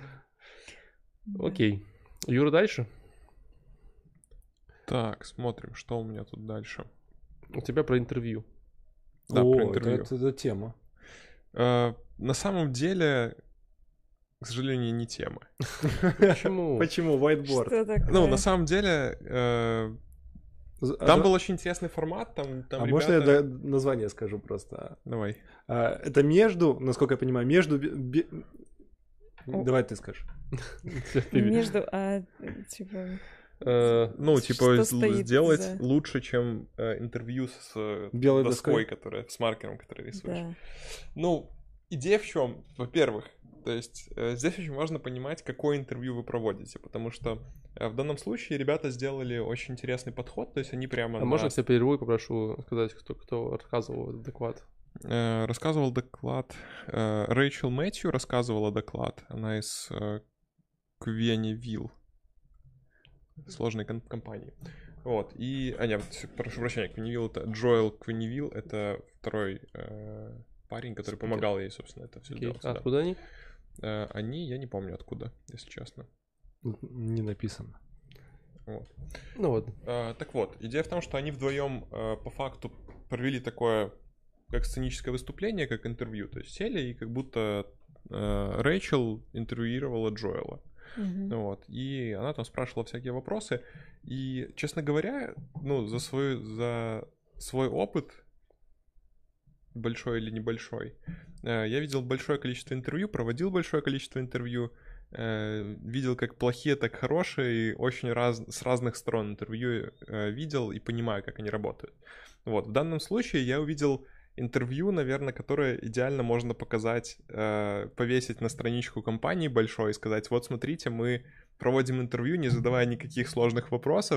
Окей. Юра, дальше? Так, смотрим, что у меня тут дальше. У тебя про интервью. Да, О, про интервью. Это, это, это тема. Uh, на самом деле, к сожалению, не тема. Почему? Почему? Whiteboard. Что такое? Ну, на самом деле, uh, А там да- был очень интересный формат. Там, там А ребята... можно я да- название скажу просто? Давай. А, это между, насколько я понимаю, между... бе- бе- О. Давай ты скажешь. Между, а, типа... Э, Ну, Что типа, стоит сделать за- лучше, чем э, интервью с э, Белой доской, доской? которая, с маркером, который рисуешь. Да. Ну, идея в чем? Во-первых, то есть э, здесь очень важно понимать, какое интервью вы проводите, потому что э, в данном случае ребята сделали очень интересный подход, то есть они прямо А на- можно я тебя перерву и попрошу сказать, кто, кто рассказывал этот доклад? Э, рассказывал доклад э, Рэйчел Мэтью, рассказывала доклад, она из э, Quenneville, сложной ком- компании. Вот, и... А, нет, прошу прощения, Quenneville — это Джоэл Quenneville, это второй э, парень, который Спикер. помогал ей, собственно, это все Окей. делать. А да. откуда они? Э, они, я не помню откуда, если честно. Не написано. Вот. Ну вот. Э, так вот, идея в том, что они вдвоем э, по факту провели такое, как сценическое выступление, как интервью. То есть сели и как будто э, Рэйчел интервьюировала Джоэла. Мгм. Вот. И она там спрашивала всякие вопросы. И, честно говоря, ну, за свой, за свой опыт, большой или небольшой, э, я видел большое количество интервью, проводил большое количество интервью, э, видел как плохие, так хорошие, и очень раз, с разных сторон интервью э, видел и понимаю, как они работают. Вот. В данном случае я увидел интервью, наверное, которое идеально можно показать, э, повесить на страничку компании большой и сказать: вот смотрите, мы проводим интервью, не задавая никаких сложных вопросов,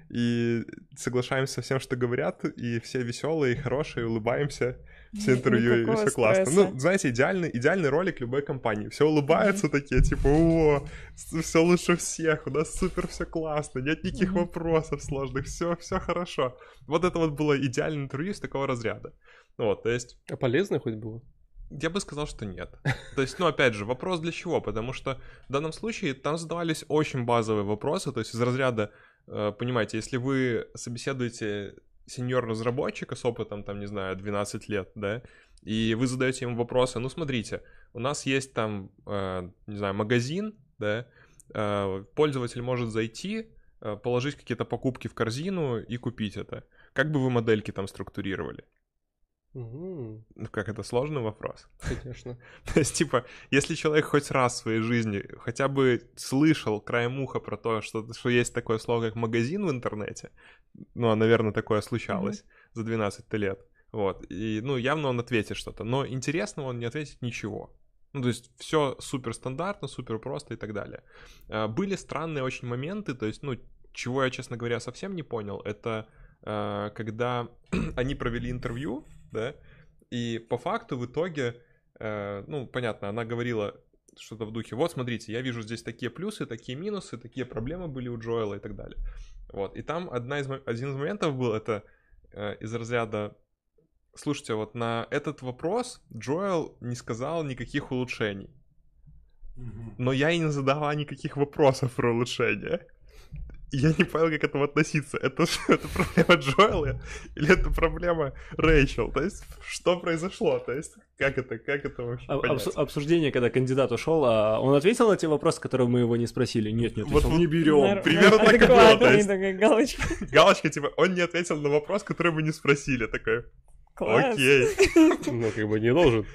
и соглашаемся со всем, что говорят, и все веселые, хорошие, улыбаемся, все интервью, и все классно. Ну, знаете, идеальный, идеальный ролик любой компании. Все улыбаются mm-hmm. такие, типа, о, все лучше всех, у нас супер все классно, нет никаких mm-hmm. вопросов сложных, все, все хорошо. Вот это вот было идеальное интервью из такого разряда. Вот, то есть... А полезное хоть было? Я бы сказал, что нет. То есть, ну, опять же, вопрос для чего? Потому что в данном случае там задавались очень базовые вопросы, то есть из разряда, понимаете, если вы собеседуете сеньор-разработчика с опытом, там, не знаю, двенадцать лет, да, и вы задаете ему вопросы, ну, смотрите, у нас есть там, не знаю, магазин, да, пользователь может зайти, положить какие-то покупки в корзину и купить это. Как бы вы модельки там структурировали? Угу. Ну, как это сложный вопрос. Конечно. То есть, типа, если человек хоть раз в своей жизни хотя бы слышал краем уха про то, что, что есть такое слово, как магазин в интернете, ну, а, наверное, такое случалось mm-hmm. за двенадцать лет, вот, и, ну, явно он ответит что-то, но интересного он не ответит ничего. Ну, то есть, все супер стандартно, супер просто и так далее. Были странные очень моменты, то есть, ну, чего я, честно говоря, совсем не понял, это когда они провели интервью, да, и по факту в итоге, э, ну, понятно, она говорила что-то в духе, вот, смотрите, я вижу здесь такие плюсы, такие минусы, такие проблемы были у Джоэла и так далее. Вот, и там одна из, один из моментов был, это э, из разряда, слушайте, вот на этот вопрос Джоэл не сказал никаких улучшений, но я и не задавала никаких вопросов про улучшения. Я не понял, как к этому относиться. Это, это проблема Джоэла или это проблема Рэйчел? То есть, что произошло? То есть, как это, как это вообще а, понять? Обс- обсуждение, когда кандидат ушел, а он ответил на те вопросы, которые мы его не спросили? Нет, не ответил, вот, не берем. Нар- Примерно так и было. То есть, такая галочка. Галочка, типа, он не ответил на вопрос, который мы не спросили. Такой, класс. Окей. Ну, как бы не должен.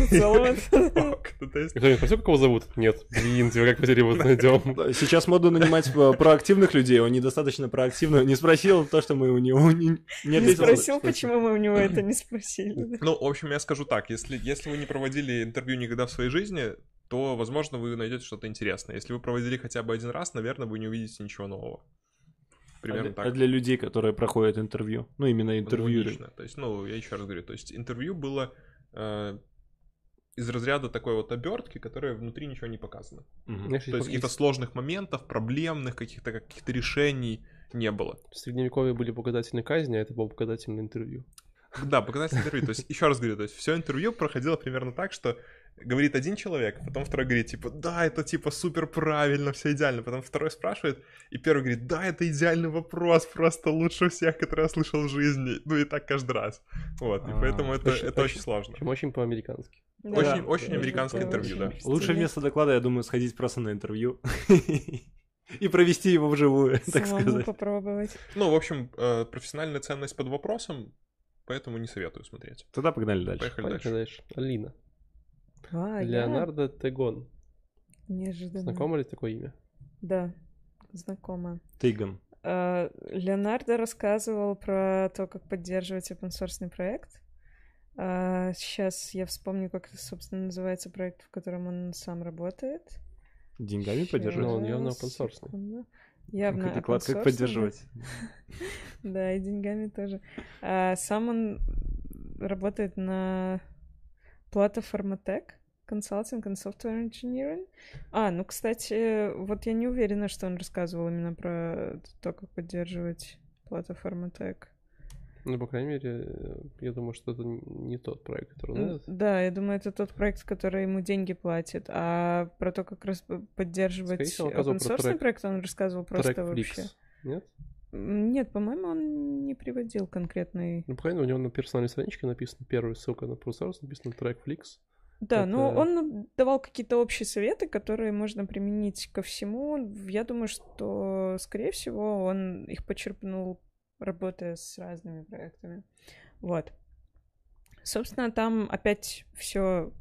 Кто-нибудь спросил, как его зовут? Нет. Блин, тебя как потерял его найдем. Сейчас модно нанимать проактивных людей, он недостаточно проактивно не спросил то, что мы у него не Не ответили. спросил, почему мы у него это не спросили. Ну, в общем, я скажу так, если, если вы не проводили интервью никогда в своей жизни, то, возможно, вы найдете что-то интересное. Если вы проводили хотя бы один раз, наверное, вы не увидите ничего нового. Примерно а, так. А для людей, которые проходят интервью? Ну, именно интервью. Ну, то есть, ну, я еще раз говорю, то есть интервью было э, из разряда такой вот обертки, которая внутри ничего не показано. Угу. То есть каких-то сложных моментов, проблемных, каких-то каких-то решений не было. В Средневековье были показательные казни, а это было показательное интервью. Да, показательное интервью. То есть, еще раз говорю, то есть все интервью проходило примерно так, что говорит один человек, потом второй говорит, типа, да, это типа супер правильно, все идеально. Потом второй спрашивает, и первый говорит, да, это идеальный вопрос, просто лучше всех, которые я слышал в жизни. Ну и так каждый раз. Вот, и поэтому это, это очень сложно. Очень, очень по-американски. Да, очень, да, очень да, американское интервью, да. Лучше вместо доклада, я думаю, сходить просто на интервью и провести его вживую, так сказать. Попробовать. Ну, в общем, профессиональная ценность под вопросом, поэтому не советую смотреть. Тогда погнали дальше. Поехали, Поехали дальше. дальше. Алина. А, Леонардо я? Тегон. Неожиданно. Знакомо ли такое имя? Да, знакомо. Тейган. Uh, Леонардо рассказывал про то, как поддерживать open-source проект. Uh, сейчас я вспомню, как, собственно, называется проект, в котором он сам работает. Деньгами Сейчас. поддерживать? Ну, он явно open-source. Явно доклад, как поддерживать. Да, и деньгами тоже. Сам он работает на платформе Tech, Consulting and Software Engineering. А, ну, кстати, вот я не уверена, что он рассказывал именно про то, как поддерживать платформу Tech. Ну, по крайней мере, я думаю, что это не тот проект, который он знает. Да, я думаю, это тот проект, который ему деньги платит. А про то, как раз поддерживать open-source проект, он рассказывал просто вообще. Нет? Нет, по-моему, он не приводил конкретный... Ну, по крайней мере, у него на персональной страничке написано, первая ссылка на open-source, написано TrackFlix. Да, это... ну он давал какие-то общие советы, которые можно применить ко всему. Я думаю, что, скорее всего, он их почерпнул, работая с разными проектами. Вот. Собственно, там опять все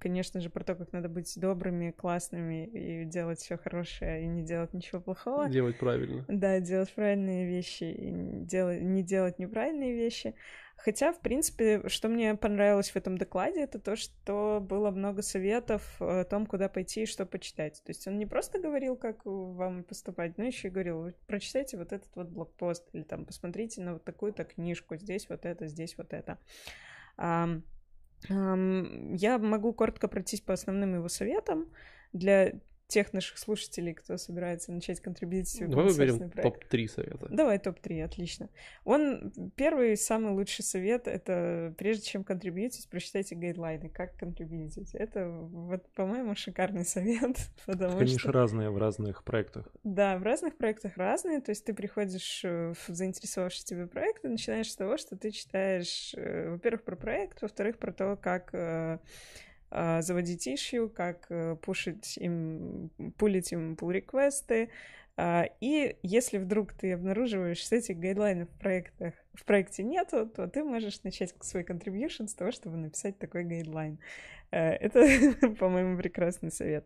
конечно же, про то, как надо быть добрыми, классными и делать все хорошее, и не делать ничего плохого. Делать правильно. Да, делать правильные вещи, и не делать, не делать неправильные вещи. Хотя, в принципе, что мне понравилось в этом докладе, это то, что было много советов о том, куда пойти и что почитать. То есть он не просто говорил, как вам поступать, но еще и говорил, прочитайте вот этот вот блогпост, или там посмотрите на вот такую-то книжку, здесь вот это, здесь вот это. Um, um, я могу коротко пройтись по основным его советам для тех наших слушателей, кто собирается начать контрибьютить в Давай выберем проект. топ три совета. Давай топ три, отлично. Он, первый, самый лучший совет, это прежде чем контрибьютить, прочитайте гайдлайны, как контрибьютить. Это, вот, по-моему, шикарный совет, потому Они что... же разные в разных проектах. Да, в разных проектах разные, то есть ты приходишь в заинтересовавший тебя проект и начинаешь с того, что ты читаешь, во-первых, про проект, во-вторых, про то, как... заводить issue, как пушить им, пулить им pull-реквесты. И если вдруг ты обнаруживаешь, что этих гайдлайнов в проектах в проекте нету, то ты можешь начать свой contribution с того, чтобы написать такой гайдлайн. Это, по-моему, прекрасный совет.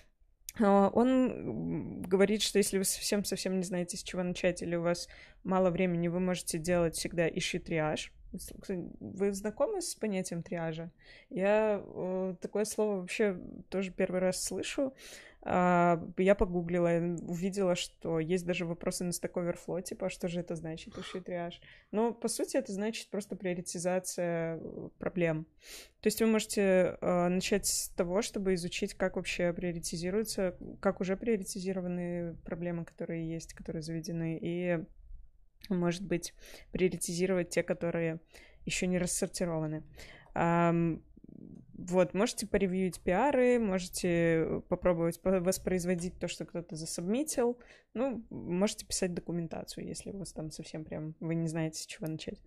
Он говорит, что если вы совсем-совсем не знаете, с чего начать, или у вас мало времени, вы можете делать всегда issue триаж. Вы знакомы с понятием триажа? Я э, такое слово вообще тоже первый раз слышу. А, я погуглила, увидела, что есть даже вопросы на Stack Overflow, типа, что же это значит, issue триаж. Но, по сути, это значит просто приоритизация проблем. То есть вы можете э, начать с того, чтобы изучить, как вообще приоритизируются, как уже приоритизированы проблемы, которые есть, которые заведены, и может быть, приоритизировать те, которые еще не рассортированы. Um, вот, можете поревьюить пиары, можете попробовать воспроизводить то, что кто-то засубмитил. Ну, можете писать документацию, если у вас там совсем прям вы не знаете, с чего начать.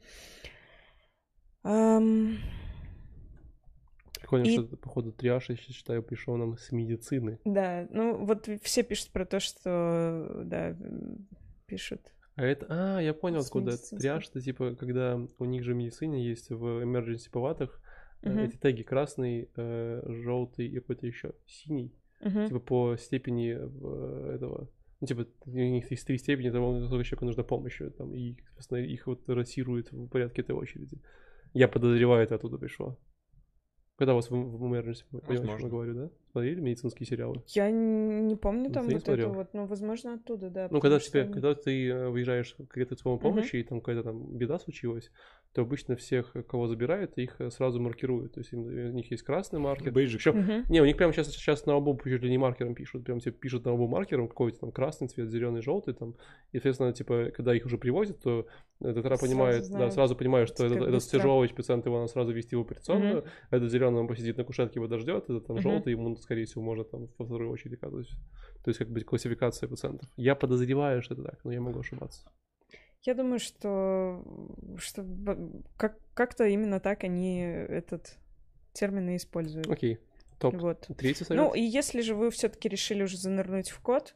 Um... Прикольно, и... что, походу, триаж, я сейчас считаю, пришел нам с медицины. Да, ну вот все пишут про то, что, да, пишут. А это, а, я понял, откуда это. Триаж, это типа, когда у них же в медицине есть в emergency палатах uh-huh. эти теги красный, э, желтый и какой-то еще синий, uh-huh. типа по степени э, этого, ну типа у них есть три степени того, насколько человеку нужна помощь, там, и, соответственно, их вот ротируют в порядке этой очереди. Я подозреваю, это оттуда пришло. Когда у вас в, в emergency, понимаешь, что я говорю, да? Смотрели медицинские сериалы? Я не помню там ты вот это вот, но, возможно, оттуда, да. Ну, когда, что... тебе, когда ты выезжаешь к какой-то своей помощи, uh-huh. и там какая-то там беда случилась, то обычно всех, кого забирают, их сразу маркируют. То есть у них есть красный маркер. Бейджик. Uh-huh. Не, у них прямо сейчас, сейчас на лбу чуть ли не маркером пишут. Прям типа пишут на лбу маркером какой-то там красный цвет, зеленый, желтый там. И, соответственно, типа, когда их уже привозят, то доктора понимают, да, сразу понимают, что этот, этот тяжелый пациент, его надо сразу вести в операционную, uh-huh. этот зеленый, он посидит на кушетке, его дождет, этот там uh-huh. желтый, ему, скорее всего, может там во вторую очередь оказывать. То есть как бы классификация пациентов. Я подозреваю, что это так, но я могу ошибаться. Я думаю, что, что как, как-то именно так они этот термин и используют. Окей, топ. Вот. Третий совет. Ну, и если же вы все-таки решили уже занырнуть в код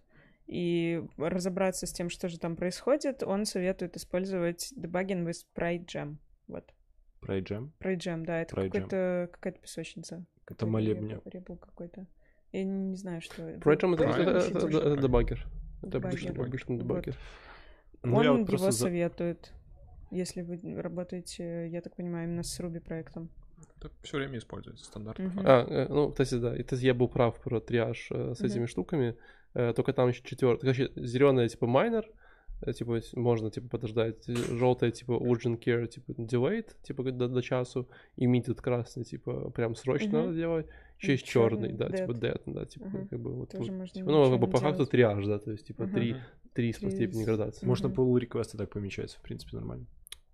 и разобраться с тем, что же там происходит, он советует использовать debugging with PrideGem. Вот. PrideGem? PrideGem, да, это какой-то, какая-то песочница. Это молебня. Ребл какой-то. Я не знаю, что это. PrideGem это дебаггер. Это обычный дебаггер. Ну, он его за... советует, если вы работаете, я так понимаю, именно с Ruby проектом. Это все время используется, стандартный uh-huh. А, ну, кстати, да, это я был прав про триаж э, с uh-huh. этими штуками, э, только там еще четвертый, короче, зеленая типа minor, э, типа можно типа подождать, желтая типа urgent care, типа delayed, типа до, до часу, и immediate красный, типа прям срочно uh-huh. надо делать, еще есть черный, да, dead. Типа dead, да, типа uh-huh. как бы вот, вот типа, ну, как бы по факту триаж, да, то есть типа uh-huh. три Три по степени градации. Можно mm-hmm. pull реквесты так помечать, в принципе, нормально.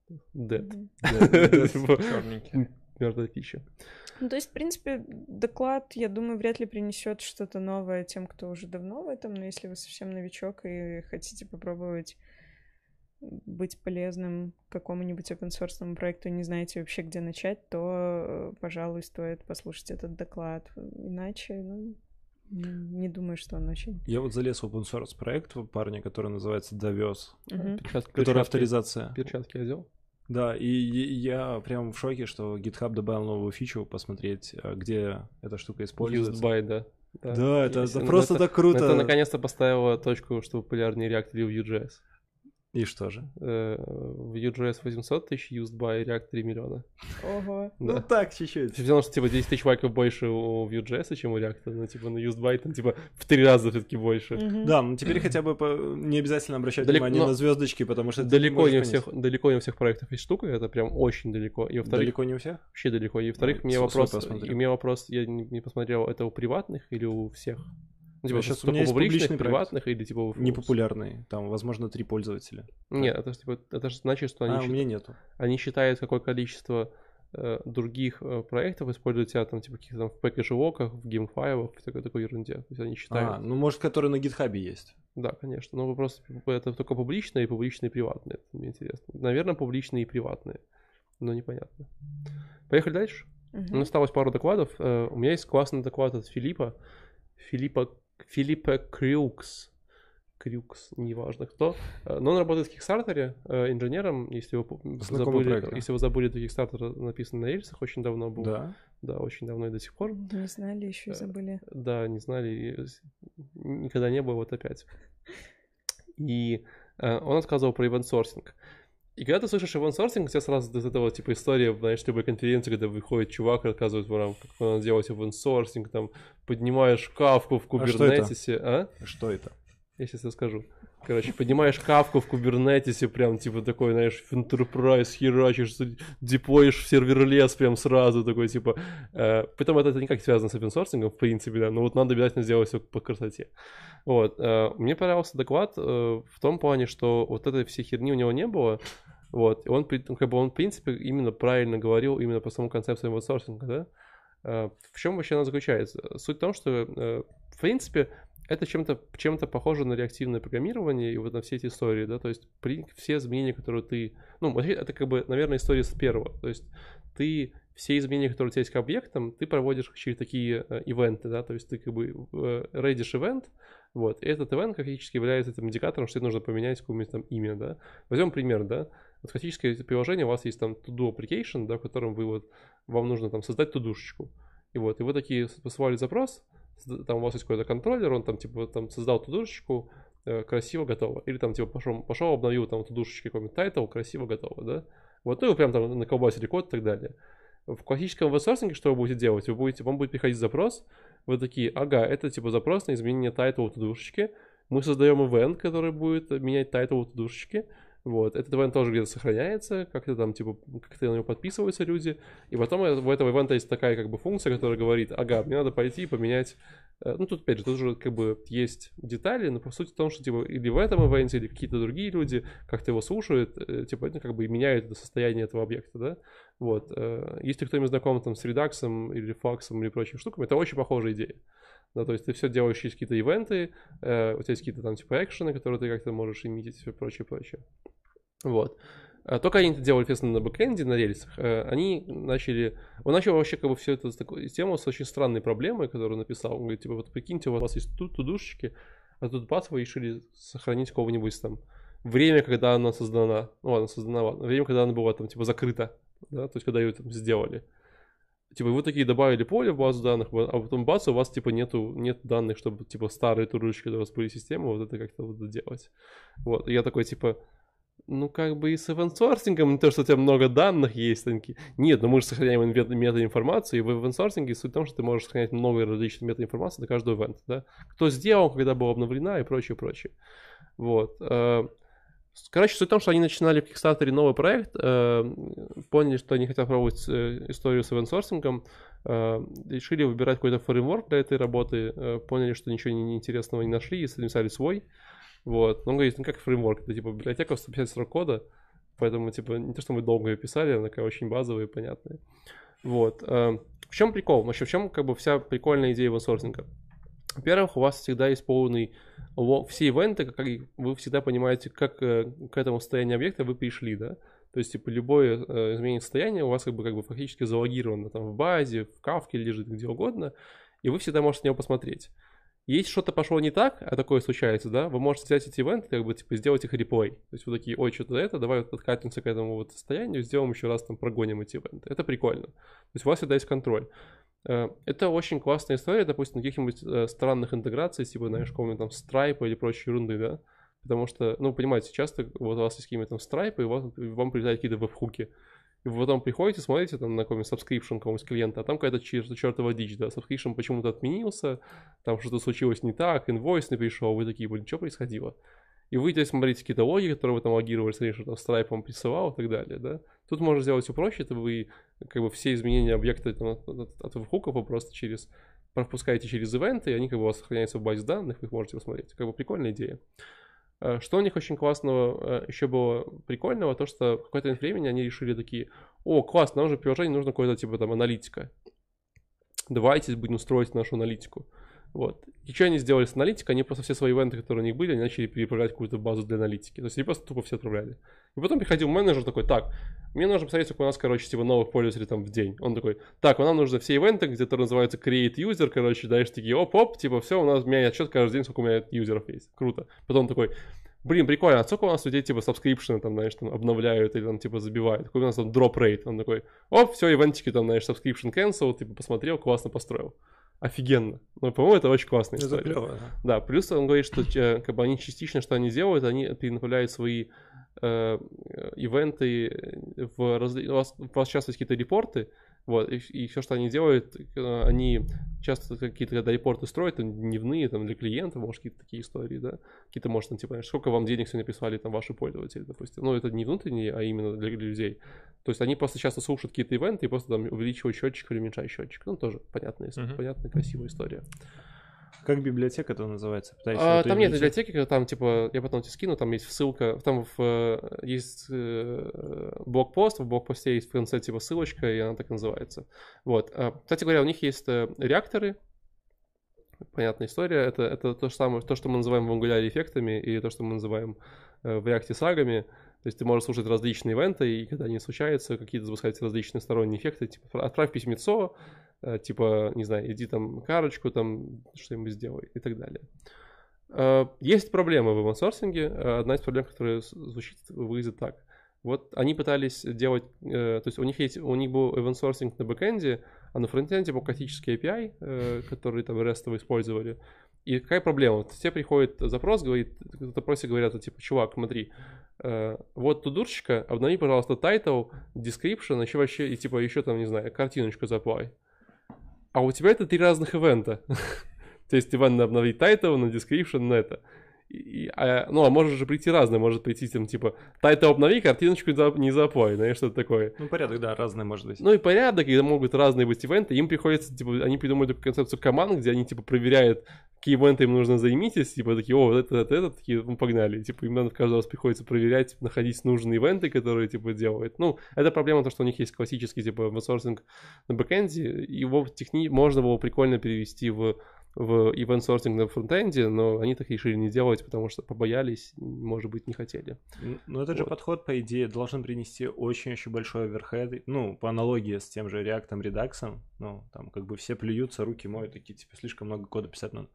Dead. Черненький. Мертвая пища. Ну, то есть, в принципе, доклад, я думаю, вряд ли принесет что-то новое тем, кто уже давно в этом, но если вы совсем новичок и хотите попробовать быть полезным какому-нибудь open-source проекту и не знаете вообще, где начать, то, пожалуй, стоит послушать этот доклад. Иначе, ну... Не думаю, что он очень... Я вот залез в open source проект парня, который называется Довез, uh-huh. который авторизация. Перчатки одел? Да, и я прям в шоке, что GitHub добавил новую фичу, посмотреть, где эта штука используется. Used by, да. Да, да это, Если, это просто это, так круто. Это наконец-то поставило точку, что популярнее React или Vue.js. И что же? В Vue.js восемьсот тысяч, used by React три миллиона. Ого. Да. Ну так, чуть-чуть. Потому что, типа, десять тысяч лайков больше у Vue.js, чем у React, но, типа, на used by там, типа, в три раза все-таки больше. Мгм. Да, ну теперь хотя бы по- не обязательно обращать Далеко- внимание но на звездочки, потому что ты Далеко можешь не, у понять. всех, далеко не у всех проектов есть штука, это прям очень далеко. И во-вторых, Далеко не у всех? вообще далеко. И во-вторых, Ну, мне свой вопрос, посмотрю. и мне вопрос, я не, не посмотрел, это у приватных или у всех? Ну, типа, Сейчас у только меня есть публичных, публичный проект. приватных или типа у Непопулярный, там, возможно, три пользователя. Нет, это, ж, типа, это же значит, что они, А, у счит- меня нету. они считают, какое количество э, других э, проектов используют тебя там, типа, каких-то там в пэкэдж-локах, в геймфайлах, в такой, такой ерунде. То есть они считают... А, ну, может, который на GitHub есть. Да, конечно. Но вопрос, типа, это только публичные и публичные и приватные. Это мне интересно. Наверное, публичные и приватные. Но непонятно. Поехали дальше. Мгм. Ну, осталось пару докладов. Э, У меня есть классный доклад от Филиппа. Филиппа, Филиппа Крюкс. Крюкс, неважно кто. Э, Но он работает в Kickstarter э, инженером. Если вы п- Знакомый забыли, проект, да? если вы забыли, то Kickstarter написан на рельсах очень давно был. Да. Да, очень давно и до сих пор. Не знали, еще и забыли. Да, не знали, и с- никогда не было, вот опять. И э, он рассказывал про ивент-сорсинг. И когда ты слышишь ивент-сорсинг, у тебя сразу из этого типа история, знаешь, любой конференции, когда выходит чувак и рассказывает вам, как надо делать ивент-сорсинг, там, поднимаешь кавку в А что это? кубернетисе, а? Что это? Я сейчас расскажу. Короче, поднимаешь кавку в кубернетисе, прям типа такой, знаешь, в Enterprise херачишь, деплоишь в сервер-лес прям сразу, такой типа. Э, Потом это, это никак не связано с опенсорсингом, в принципе, да, но вот надо обязательно сделать все по красоте. Вот. э, Мне понравился доклад э, в том плане, что вот этой всей херни у него не было. Вот. И он, при- ну, как бы он, в принципе, именно правильно говорил именно по самому концепции аутсорсинга, да. Э, В чем вообще она заключается? Суть в том, что, э, в принципе, это чем-то чем-то похоже на реактивное программирование и вот на все эти истории, да, то есть при, все изменения, которые ты, ну, вообще это как бы, наверное, история с первого, то есть ты все изменения, которые у тебя есть к объектам, ты проводишь через такие э, ивенты, да, то есть ты как бы э, рейдишь ивент, вот, и этот ивент фактически является этим индикатором, что тебе нужно поменять какое-нибудь там имя, да. Возьмем пример, да, вот фактически это приложение, у вас есть там to-do application, да, в котором вы вот, вам нужно там создать тудушечку, и вот, и вы такие посылали запрос, там у вас есть какой-то контроллер, он там типа там создал тудушечку, э, красиво, готово. Или там типа пошел, пошел обновил там тудушечки какой-нибудь тайтл, красиво, готово, да? Вот, ну и вы прям там наколбасили код и так далее. В классическом веб-сорсинге что вы будете делать? Вы будете, вам будет приходить запрос, вы такие, ага, это типа запрос на изменение тайтла тудушечки, мы создаем ивент, который будет менять тайтл тудушечки, вот, этот ивент тоже где-то сохраняется, как-то там, типа, как-то на него подписываются люди, и потом у этого ивента есть такая, как бы, функция, которая говорит, ага, мне надо пойти и поменять, э, ну, тут, опять же, тут уже, как бы, есть детали, но, по сути, в том, что, типа, или в этом ивенте, или какие-то другие люди как-то его слушают, э, типа, это, как бы, и меняют это состояние этого объекта, да, вот, э, если кто-нибудь знаком, там, с Redux или Flux или прочими штуками, это очень похожая идея. Да, то есть ты все делаешь через какие-то ивенты, э, у тебя есть какие-то там типа экшены, которые ты как-то можешь имитить и все прочее, прочее. Вот. А только они это делали, естественно, на бэкэнде, на рельсах. Э, они начали... Он начал вообще как бы всю эту такую тему с очень странной проблемой, которую он написал. Он говорит, типа, вот прикиньте, у вас есть тут тудушечки, а тут бац, вы решили сохранить кого-нибудь там время, когда она создана. Ну, она создана, ладно. Время, когда она была там, типа, закрыта. Да, то есть, когда ее там сделали. Типа, вы такие добавили поле в базу данных, а потом бац, у вас, типа, нету, нет данных, чтобы, типа, старые тудушечки, когда у вас были системы, вот это как-то вот делать. Вот, и я такой, типа, ну, как бы и с ивент-сорсингом, не то, что у тебя много данных есть, такие. Нет, но мы же сохраняем метаинформацию, и в ивент-сорсинге суть в том, что ты можешь сохранять много различных метаинформации на каждый ивент, да. Кто сделал, когда была обновлена и прочее, прочее. Вот. Короче, суть в том, что они начинали в Kickstarter новый проект, э, поняли, что они хотят пробовать э, историю с ивент-сорсингом, э, решили выбирать какой-то фреймворк для этой работы, э, поняли, что ничего интересного не нашли, и написали свой. Вот. Но он говорит, ну как фреймворк, это типа библиотека в сто пятьдесят строк кода, поэтому типа не то, что мы долго ее писали, она такая очень базовая и понятная. Вот. Э, в чем прикол? Вообще, в чем как бы вся прикольная идея ивент-сорсинга? Во-первых, у вас всегда есть полный лог, все ивенты, как вы всегда понимаете, как э, к этому состоянию объекта вы пришли, да? То есть, типа, любое э, изменение состояния у вас как бы, как бы фактически залогировано там в базе, в кавке лежит, где угодно, и вы всегда можете на него посмотреть. Если что-то пошло не так, а такое случается, да, вы можете взять эти ивенты, как бы, типа, сделать их реплей. То есть вы такие, ой, что-то это, давай вот подкатимся к этому вот состоянию, сделаем еще раз, там, прогоним эти ивенты. Это прикольно. То есть у вас всегда есть контроль. Это очень классная история, допустим, каких-нибудь странных интеграций, типа, знаешь, какого-нибудь там Stripe или прочей ерунды, да. Потому что, ну, понимаете, часто вот у вас есть какие-то там Stripe, и у вас, вам прилетают какие-то веб-хуки. И вы потом приходите, смотрите там на какой-нибудь subscription какого-нибудь клиента, а там какая-то чертова дичь, да, subscription почему-то отменился, там что-то случилось не так, инвойс не пришел, вы такие, блин, что происходило? И вы здесь смотрите какие-то логи, которые вы там логировали, смотрите, что там Stripe вам присылал и так далее, да. Тут можно сделать все проще, это вы как бы все изменения объекта там, от, от, от веб-хуков вы просто через, пропускаете через ивенты, и они как бы у вас сохраняются в базе данных, вы их можете посмотреть. Как бы прикольная идея. Что у них очень классного еще было прикольного, то что в какое-то времени они решили такие, о, класс, нам же в приложении нужно какое-то типа там аналитика. Давайте будем строить нашу аналитику. Вот. И что они сделали с аналитикой? Они просто все свои ивенты, которые у них были, они начали переправлять какую-то базу для аналитики. То есть они просто тупо все отправляли. И потом приходил менеджер такой, так, мне нужно посмотреть, сколько у нас, короче, типа новых пользователей там в день. Он такой, так, нам нужно все ивенты, где-то называются create user, короче, даешь такие, оп-оп, типа все, у нас, у меня отчет каждый день, сколько у меня юзеров есть. Круто. Потом такой, блин, прикольно, а сколько у нас людей, типа, сабскрипшены, там, знаешь, там, обновляют или, там, типа, забивают? Какой у нас там drop rate? Он такой, оп, все, ивентики, там, знаешь, subscription cancel, типа, посмотрел, классно построил. Офигенно. Ну, по-моему, это очень классная история. Это клево, да. Да, плюс он говорит, что, как бы, они частично, что они делают, они перенаправляют свои э, ивенты в разли... У вас, у вас сейчас есть какие-то репорты, вот, и, и все, что они делают, они часто какие-то, когда репорты строят, там, дневные, там, для клиентов, может, какие-то такие истории, да, какие-то, может, там, типа, знаешь, сколько вам денег сегодня прислали, там, ваши пользователи, допустим, ну, это не внутренние, а именно для, для людей, то есть они просто часто слушают какие-то ивенты и просто там увеличивают счетчик или уменьшают счетчик, ну, тоже понятная, uh-huh. понятная, красивая история. Как библиотека это называется? А, там нет библиотеки, там типа, я потом тебе скину, там есть ссылка, там в, есть э, блокпост, в блокпосте есть в конце типа ссылочка, и она так и называется. Вот. А, кстати говоря, у них есть э, реакторы, понятная история, это, это то же самое, то, что мы называем в Angular эффектами, и то, что мы называем э, в React сагами. То есть ты можешь слушать различные ивенты, и когда они случаются, какие-то запускаются различные сторонние эффекты, типа отправь письмецо, типа, не знаю, иди там карочку, там что-нибудь сделай и так далее. Есть проблемы в ивент-сорсинге. Одна из проблем, которая звучит, выглядит так. Вот они пытались делать, то есть у них есть, у них был ивент-сорсинг на бэкэнде, а на фронтенде был классический эй пи ай, который там REST использовали. И какая проблема? Вот тебе приходит запрос, говорит, запросе говорят, типа, чувак, смотри, вот тудурчика, обнови, пожалуйста, title, description, еще вообще, и типа еще там, не знаю, картиночку заплай. А у тебя это три разных ивента. То есть ивент на обновить title, на description, на это. И, а, ну, а может же прийти разное, может прийти там, типа, title обнови, картиночку не заплой, знаешь, что-то такое. Ну, порядок, да, разный может быть. Ну, и порядок, и могут разные быть ивенты, им приходится, типа, они придумали такую концепцию команд, где они, типа, проверяют, какие ивенты им нужно займитесь, типа, такие, о, вот это, это, это, такие, ну, погнали. Типа, им надо каждый раз приходится проверять, находить нужные ивенты, которые, типа, делают. Ну, это проблема, то, что у них есть классический, типа, аутсорсинг на бэкэнде, его техни... можно было прикольно перевести в в ивент-сорсинг на фронтенде, но они так решили не делать, потому что побоялись, может быть, не хотели. Ну, этот вот. же подход, по идее, должен принести очень-очень большой оверхед. Ну, по аналогии с тем же React, Redux, ну, там как бы все плюются, руки моют, такие, типа, слишком много кода писать надо.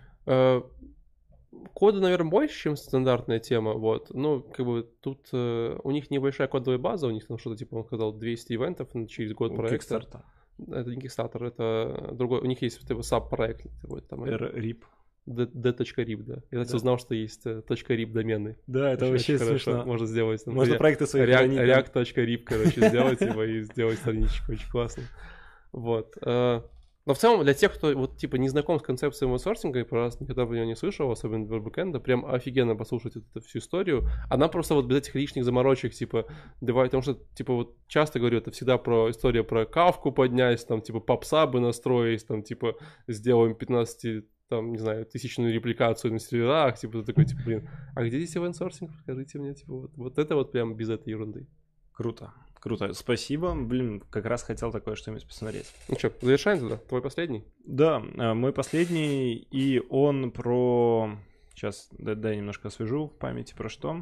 Кода, наверное, больше, чем стандартная тема, вот. Ну, как бы тут э, у них небольшая кодовая база, у них там что-то, типа, он сказал, двести ивентов через год проекта. Это не Kickstarter, это другой. У них есть типа саб-проект. Там, R-rip. D.rip, да. Я, кстати, да. узнал, что есть .rip домены. Да, это очень, очень смешно. Хорошо. Можно сделать. Там, Можно проекты свои хранить. React.rip, короче, сделать его и сделать страничку. Очень классно. Вот. Но в целом, для тех, кто вот типа не знаком с концепцией аутсорсинга и просто никогда про нее не слышал, особенно для бэкэнда, прям офигенно послушать эту всю историю. Она просто вот без этих лишних заморочек, типа, давай, потому что, типа, вот часто говорю, это всегда про историю про кавку поднять, там, типа, попсабы настроить, там, типа, сделаем пятнадцать, там, не знаю, тысячную репликацию на серверах, типа, ты такой, типа, блин, а где здесь ивент-сорсинг? Скажите мне, типа, вот, вот это вот прям без этой ерунды. Круто. Круто, спасибо. Блин, как раз хотел такое что-нибудь посмотреть. Ну что, завершаем тогда? Твой последний? Да, мой последний, и он про... Сейчас, дай, дай немножко освежу в памяти, про что.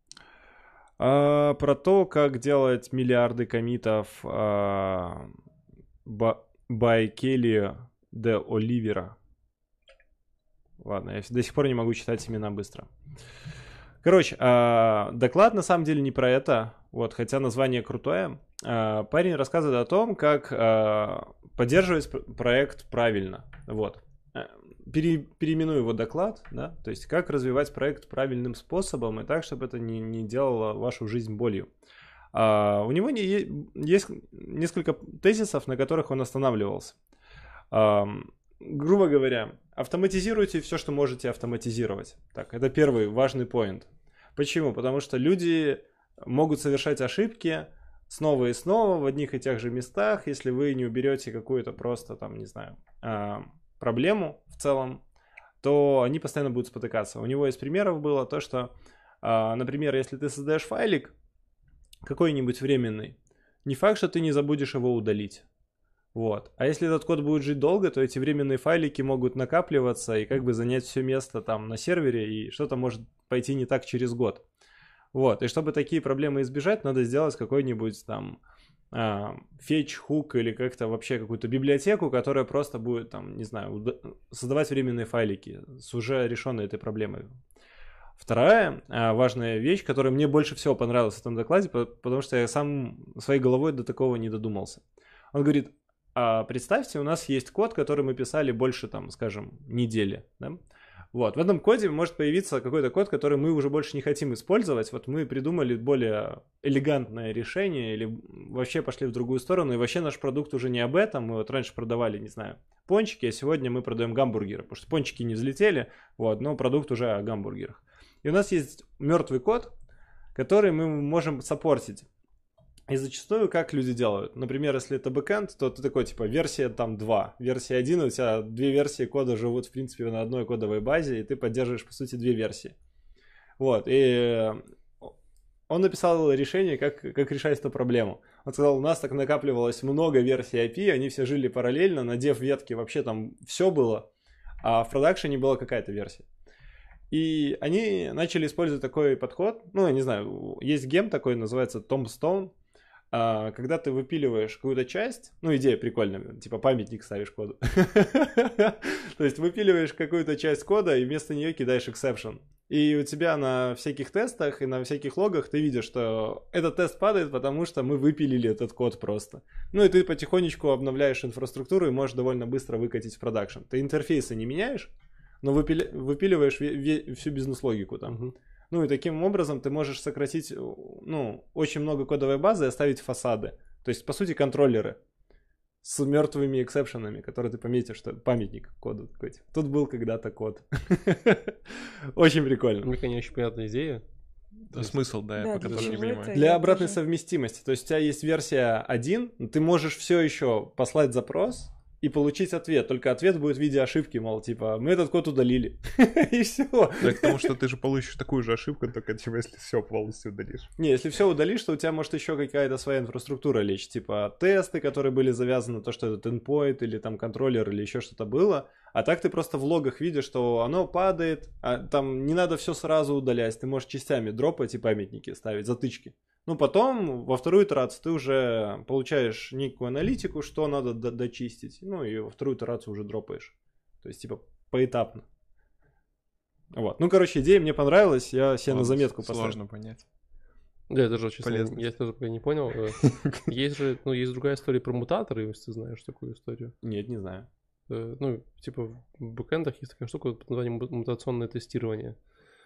А, про то, как делать миллиарды коммитов а, by Kelly де Оливера. ладно, я до сих пор не могу читать имена быстро. Короче, э, доклад на самом деле не про это, вот, хотя название крутое. Э, парень рассказывает о том, как э, поддерживать проект правильно, вот. Пере, переименую его доклад, да, то есть как развивать проект правильным способом и так, чтобы это не, не делало вашу жизнь болью. А, у него не, есть несколько тезисов, на которых он останавливался. А, грубо говоря, автоматизируйте все, что можете автоматизировать. Так, это первый важный поинт. Почему? Потому что люди могут совершать ошибки снова и снова в одних и тех же местах, если вы не уберете какую-то просто там, не знаю, проблему в целом, то они постоянно будут спотыкаться. У него из примеров было то, что, например, если ты создаешь файлик какой-нибудь временный, не факт, что ты не забудешь его удалить. Вот. А если этот код будет жить долго, то эти временные файлики могут накапливаться и как бы занять все место там на сервере, и что-то может пойти не так через год. Вот. И чтобы такие проблемы избежать, надо сделать какой-нибудь там фетч, хук или как-то вообще какую-то библиотеку, которая просто будет там, не знаю, создавать временные файлики с уже решенной этой проблемой. Вторая важная вещь, которая мне больше всего понравилась в этом докладе, потому что я сам своей головой до такого не додумался. Он говорит, а представьте, у нас есть код, который мы писали больше, там, скажем, недели, да? Вот, в этом коде может появиться какой-то код, который мы уже больше не хотим использовать. Вот мы придумали более элегантное решение или вообще пошли в другую сторону. И вообще наш продукт уже не об этом. Мы вот раньше продавали, не знаю, пончики, а сегодня мы продаем гамбургеры. Потому что пончики не взлетели, вот, но продукт уже о гамбургерах. И у нас есть мертвый код, который мы можем саппортить. И зачастую как люди делают? Например, если это бэкэнд, то ты такой, типа, версия там два, версия один, у тебя две версии кода живут, в принципе, на одной кодовой базе, и ты поддерживаешь, по сути, две версии. Вот, и он написал решение, как, как решать эту проблему. Он сказал, у нас так накапливалось много версий эй пи ай, они все жили параллельно, на дев-ветке вообще там все было, а в продакшене была какая-то версия. И они начали использовать такой подход, ну, я не знаю, есть гем такой, называется Tombstone. Когда ты выпиливаешь какую-то часть, ну, идея прикольная, типа памятник ставишь коду. То есть выпиливаешь какую-то часть кода и вместо нее кидаешь exception. И у тебя на всяких тестах и на всяких логах ты видишь, что этот тест падает, потому что мы выпилили этот код просто. Ну и ты потихонечку обновляешь инфраструктуру и можешь довольно быстро выкатить в продакшн. Ты интерфейсы не меняешь, но выпили... выпиливаешь ве... Ве... всю бизнес-логику там. Uh-huh. Ну и таким образом ты можешь сократить, ну, очень много кодовой базы и оставить фасады. То есть, по сути, контроллеры с мертвыми эксепшенами, которые ты пометишь, что памятник коду такой. Тут был когда-то код. Очень прикольно. Мне, конечно, очень приятная идея. Смысл, да, я пока тоже не понимаю. Для обратной совместимости. То есть у тебя есть версия один, ты можешь все еще послать запрос и получить ответ. Только ответ будет в виде ошибки, мол, типа, мы этот код удалили. И все. Да, потому что ты же получишь такую же ошибку, только типа, если все полностью удалишь. Не, если все удалишь, то у тебя может еще какая-то своя инфраструктура лечь. Типа тесты, которые были завязаны на то, что это endpoint или там контроллер или еще что-то было. А так ты просто в логах видишь, что оно падает, а там не надо все сразу удалять. Ты можешь частями дропать и памятники ставить, затычки. Ну, потом, во вторую итерацию ты уже получаешь некую аналитику, что надо до- дочистить. Ну, и во вторую итерацию уже дропаешь. То есть, типа, поэтапно. Вот. Ну, короче, идея мне понравилась, я себе на заметку поставил. Сложно понять. Да, это же очень полезно. Я тоже пока не понял. Есть же, ну, есть другая история про мутаторы, если ты знаешь такую историю. Нет, не знаю. Ну, типа, в бэкэндах есть такая штука под названием мутационное тестирование.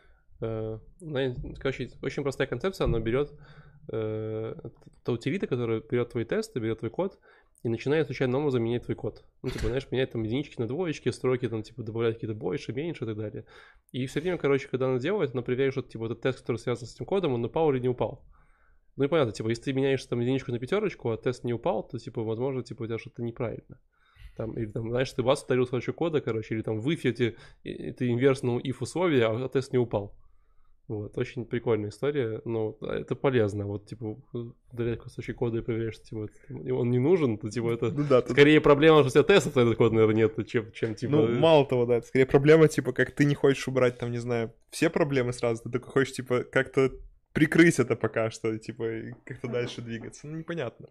Короче, очень простая концепция, она берет э, это утилита, которая берет твои тесты, берет твой код и начинает случайным образом менять твой код. Ну, типа, знаешь, менять там единички на двоечки, строки там, типа, добавлять какие-то больше, меньше и так далее. И все время, короче, когда она делает, она проверяет, что, типа, этот тест, который связан с этим кодом, он упал или не упал. Ну и понятно, типа, если ты меняешь там единичку на пятерочку, а тест не упал, то, типа, возможно, типа, у тебя что-то неправильно. Там, или там, знаешь, ты вас ударил с кода, короче, или там в if ты, ты инверснул if условия, а тест не упал. Вот, очень прикольная история, но это полезно, вот, типа, удалять кусочек кода и проверяешь, типа, он не нужен, то, типа, это ну, да, скорее тут... проблема, что у тебя тестов на этот код, наверное, нет, чем, чем, типа... Ну, мало того, да, это скорее проблема, типа, как ты не хочешь убрать, там, не знаю, все проблемы сразу, ты только хочешь, типа, как-то прикрыть это пока что, типа, и как-то дальше двигаться, ну, непонятно.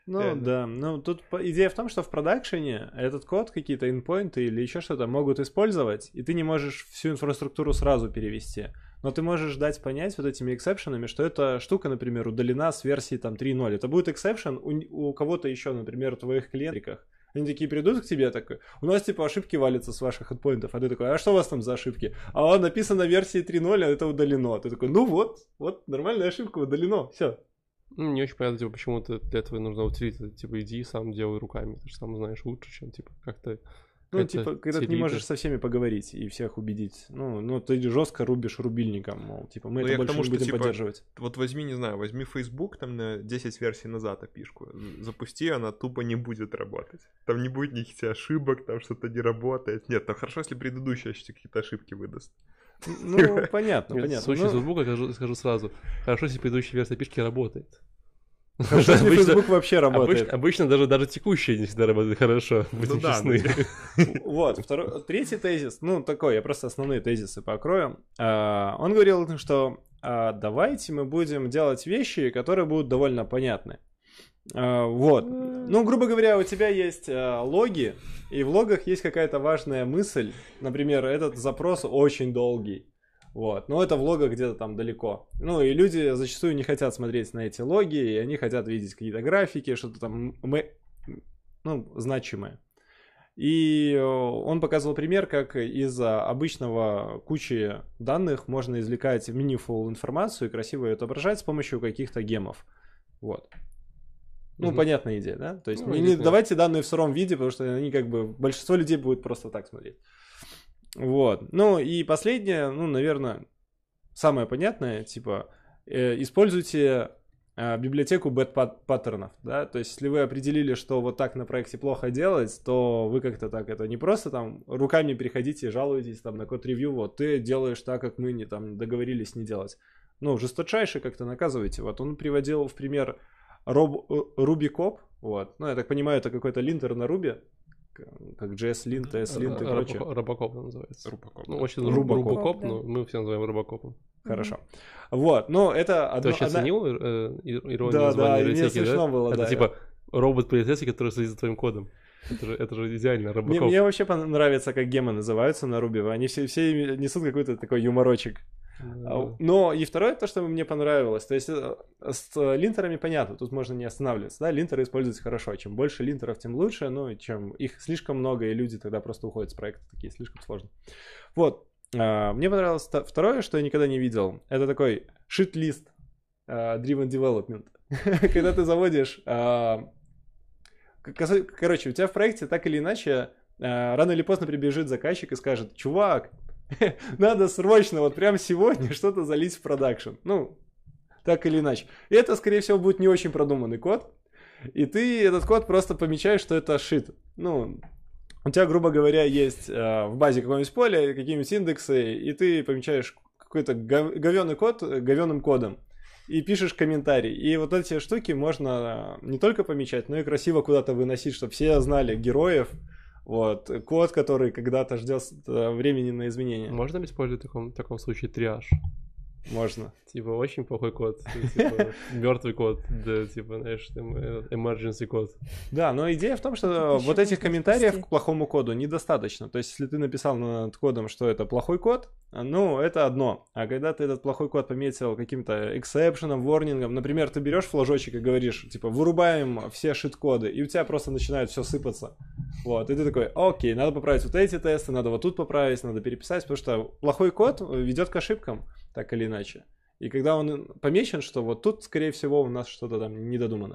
Ну Реально. да, ну тут по- идея в том, что в продакшене этот код, какие-то endpoinты или еще что-то могут использовать, и ты не можешь всю инфраструктуру сразу перевести. Но ты можешь дать понять вот этими эксепшенами, что эта штука, например, удалена с версии там три ноль. Это будет эксепшен у, у кого-то еще, например, в твоих клиентах. Они такие придут к тебе, такой, у нас типа ошибки валятся с ваших endpointов, а ты такой, а что у вас там за ошибки? А он написано в версии три ноль, а это удалено. Ты такой, ну вот, вот, нормальная ошибка, удалено, все. Ну, не очень понятно, типа, почему ты для этого нужно утилить, типа, иди сам делай руками, ты же сам знаешь лучше, чем, типа, как-то... Ну, типа, когда ты не можешь со всеми поговорить и всех убедить. Ну, ну ты жестко рубишь рубильником, мол, типа, мы Ну, это я к больше тому, не что, будем типа, поддерживать. Вот возьми, не знаю, возьми Facebook там на десять версий назад опишку, запусти, она тупо не будет работать. Там не будет никаких ошибок, там что-то не работает. Нет, там хорошо, если предыдущая еще какие-то ошибки выдаст. Ну, понятно, Нет, понятно. В случае Ну, с Facebook я скажу, скажу сразу, хорошо, если предыдущая версия пишки работает. хорошо, если Обычно- Facebook вообще работает. Обычно, обычно даже, даже текущая не всегда работает хорошо, будем Ну да, честны. Вот, второй, третий тезис, ну, такой, я просто основные тезисы покрою. А, Он говорил, что а, давайте мы будем делать вещи, которые будут довольно понятны. А, Вот. Ну, грубо говоря, у тебя есть а, логи, и в логах есть какая-то важная мысль. Например, этот запрос очень долгий. Вот. Но это в логах где-то там далеко. Ну, и люди зачастую не хотят смотреть на эти логи, и они хотят видеть какие-то графики, что-то там, мэ- ну, значимое. И э, он показывал пример, как из а, обычного кучи данных можно извлекать meaningful информацию и красиво ее отображать с помощью каких-то гемов. Вот. Ну, Мгм. понятная идея, да? То есть Ну, не, идея не давайте данные в сыром виде, потому что они как бы... Большинство людей будет просто так смотреть. Вот. Ну, и последнее, ну, наверное, самое понятное, типа, э, используйте э, библиотеку бэт-паттернов, да, то есть если вы определили, что вот так на проекте плохо делать, то вы как-то так это не просто там руками приходите и жалуетесь там на код-ревью, вот ты делаешь так, как мы не там договорились не делать. Ну, жесточайше как-то наказываете. Вот он приводил в пример Роб, RubyCop, вот, ну, я так понимаю, это какой-то линтер на Ruby, как джей эс-линт, эс линт и прочее. Робокоп называется. Рубакоп. Ну, очень Рубакоп, Рубакоп, да. но мы все называем Робокопом. Хорошо. Вот, ну, это Ты одно... вообще одна- оценил э, ир- иронию Да, да, названия и мне библиотеки, смешно да? было, Это да. типа робот-полицейский, который следит за твоим кодом. Это же, это же идеально, Мне, Робокоп. мне вообще нравится, как гемы называются на Руби. Они все, все несут какой-то такой юморочек. Да. Но и второе, то, что мне понравилось, то есть э, с линтерами понятно, тут можно не останавливаться, да, линтеры используются хорошо, чем больше линтеров, тем лучше, ну, чем их слишком много, и люди тогда просто уходят с проекта, такие слишком сложно. Вот, а, мне понравилось та- второе, что я никогда не видел, это такой shit-list а, driven development, когда ты заводишь, а, к- кос- короче, у тебя в проекте так или иначе а, рано или поздно прибежит заказчик и скажет, чувак, надо срочно, вот прямо сегодня что-то залить в продакшн. Ну, так или иначе. И это, скорее всего, будет не очень продуманный код. И ты этот код просто помечаешь, что это шит. Ну, у тебя, грубо говоря, есть э, в базе какое-нибудь поле, какие-нибудь индексы, и ты помечаешь какой-то гов- говёный код говёным кодом. И пишешь комментарий. И вот эти штуки можно не только помечать, но и красиво куда-то выносить, чтобы все знали героев. Вот, код, который когда-то ждет времени на изменения. Можно ли использовать в таком, в таком случае триаж? Можно. Типа, очень плохой код, типа, мертвый код, да, типа, знаешь, там, э, emergency код. Да, но идея в том, что Еще вот этих можно комментариев спасти. к плохому коду недостаточно. То есть, если ты написал над кодом, что это плохой код, ну, это одно. А когда ты этот плохой код пометил каким-то эксепшеном, ворнингом, например, ты берешь флажочек и говоришь, типа, вырубаем все шит-коды, и у тебя просто начинает все сыпаться. Вот, и ты такой, окей, надо поправить вот эти тесты, надо вот тут поправить, надо переписать, потому что плохой код ведет к ошибкам, так или иначе. И когда он помечен, что вот тут, скорее всего, у нас что-то там недодумано,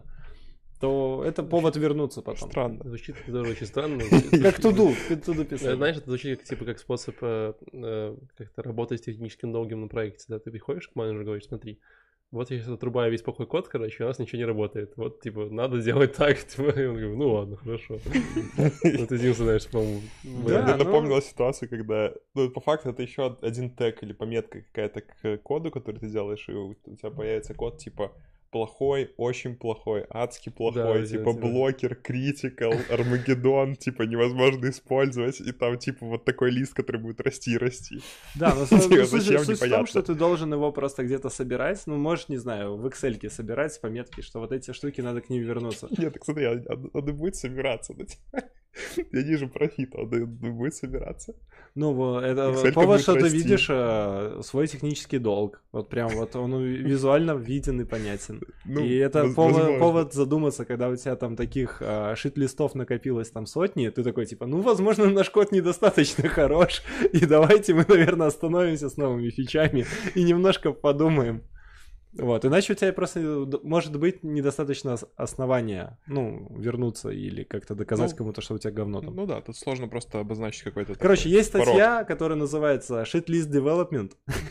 то это повод вернуться потом. Странно. Звучит тоже очень странно. Как туду, туду Э, писать. Знаешь, это звучит как, типа как способ э, э, как-то работать с техническим долгом на проекте. Да? Ты приходишь к менеджеру и говоришь, смотри, вот я сейчас отрубаю весь плохой код, короче, у нас ничего не работает. Вот, типа, надо делать так. Типа, и он говорит, ну ладно, хорошо. Вот единственное, что, по-моему... Да, Мне ну- напомнила ситуацию, когда, ну, по факту это еще один тег или пометка какая-то к коду, который ты делаешь, и у у тебя появится код типа плохой, очень плохой, адски плохой, Да, типа да, да. блокер, критикал, Армагеддон, типа невозможно использовать, и там типа вот такой лист, который будет расти и расти. Да, но Типа, суть суть- зачем, суть в том, непонятно. что ты должен его просто где-то собирать. Ну, можешь, не знаю, в Excel собирать пометки, что вот эти штуки надо к ним вернуться. Нет, так смотри, он, он- он и будет собираться. да, типа. Я ниже профита, он и он и будет собираться. Ну, во- это Excel-ка повод, будет что ты расти. видишь э, свой технический долг. Вот прям вот он визуально виден и понятен. Ну, И это воз- повод, возможно. повод задуматься, когда у тебя там таких э, шит-листов накопилось там сотни, ты такой типа, ну, возможно, наш код недостаточно хорош, и давайте мы, наверное, остановимся с новыми фичами и немножко подумаем. Вот, иначе у тебя просто д- может быть недостаточно ос- основания, ну, вернуться или как-то доказать Ну, кому-то, что у тебя говно там. Ну да, тут сложно просто обозначить какой-то Короче, такой есть порог. статья, которая называется Shitlist Development.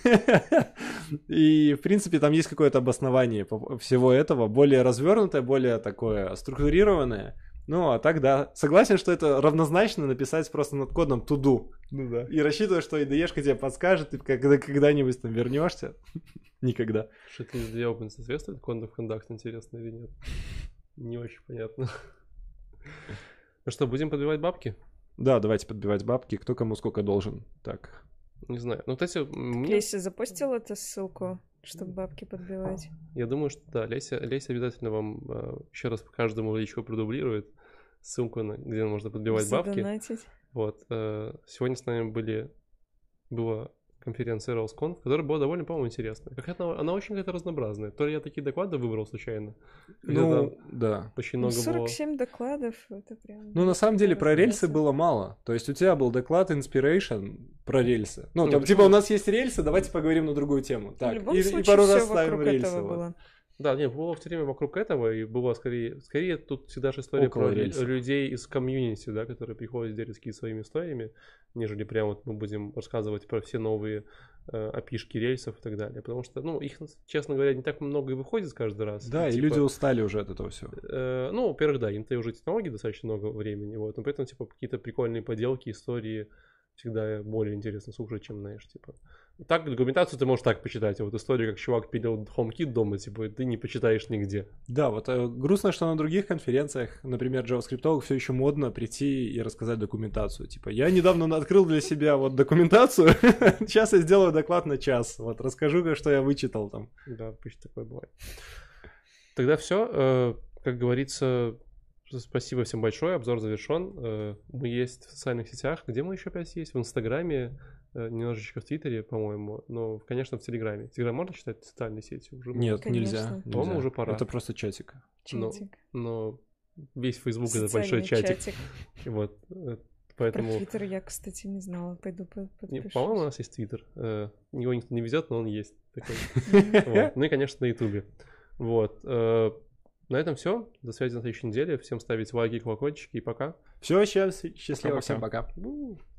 И, в принципе, там есть какое-то обоснование по- всего этого, более развернутое, более такое структурированное. Ну, а так, да, согласен, что это равнозначно написать просто над кодом to do. Ну да. И рассчитывая, что ай ди и-шка тебе подскажет, и когда когда-нибудь там вернешься. Никогда. Shitlist Development соответствует Code of Conduct, интересно или нет? Не очень понятно. Ну что, будем подбивать бабки? Да, давайте подбивать бабки, кто кому сколько должен. Так. Не знаю. Ну, кстати, мне... Леся запостил эту ссылку, чтобы бабки подбивать? Я думаю, что да, Леся, Леся обязательно вам э, еще раз по каждому личку продублирует ссылку, на, где можно подбивать бабки. Задонатить. Вот. э, сегодня с нами были, была конференция RailsConf, которая была довольно, по-моему, интересная. Какая-то, она очень какая-то разнообразная. То ли я такие доклады выбрал случайно. Ну, да. Очень Ну, много было. сорок семь докладов, это прям... Ну, на самом деле, про рельсы разбираться. было мало. То есть у тебя был доклад Inspiration про рельсы. Ну, Ну, там, почему? типа, у нас есть рельсы, давайте поговорим на другую тему. В Так, любом и, и случае, пару всё раз ставим вокруг рельсы. этого вот. было. Да, нет, было все время вокруг этого, и было скорее, скорее тут всегда же история Около про лю- рельсов. людей из комьюнити, да, которые приходят делиться какие-то своими историями, нежели прям вот мы будем рассказывать про все новые э, опишки рельсов и так далее. Потому что, ну, их, честно говоря, не так много и выходит каждый раз. Да, и Типа, люди устали уже от этого всего. э, ну, во-первых, да, им-то уже технологий достаточно много времени, вот, но поэтому, типа, какие-то прикольные поделки, истории всегда более интересно слушать, чем, знаешь, типа... Так, документацию ты можешь так почитать, а вот историю, как чувак пилил HomeKit дома, типа, ты не почитаешь нигде. Да, вот э, грустно, что на других конференциях, например, JavaScript, все еще модно прийти и рассказать документацию. Типа, я недавно открыл для себя вот документацию, сейчас я сделаю доклад на час, вот расскажу, что я вычитал там. Да, обычно такое бывает. Тогда все, как говорится, спасибо всем большое, обзор завершен. Э, Мы есть в социальных сетях, где мы еще опять есть? В Инстаграме, э, немножечко в Твиттере, по-моему, но, конечно, в Телеграме. Телеграм можно считать социальной сетью? Уже Нет, Конечно. нельзя. По-моему, нельзя. уже пора. Это просто чатик. Ну, Чатик. Но весь Facebook это большой Социальный чатик. чатик. Вот, э, Про поэтому... Твиттер я, кстати, не знала. Пойду по- Не, подпишусь. По-моему, у нас есть Твиттер. Э, Его никто не везет, но он есть. Такой. Мгм. Вот. Ну и, конечно, на Ютубе. Вот. э, На этом все. До связи на следующей неделе. Всем ставить лайки, колокольчики и пока. Все, счастливо, Пока-пока. всем пока. У.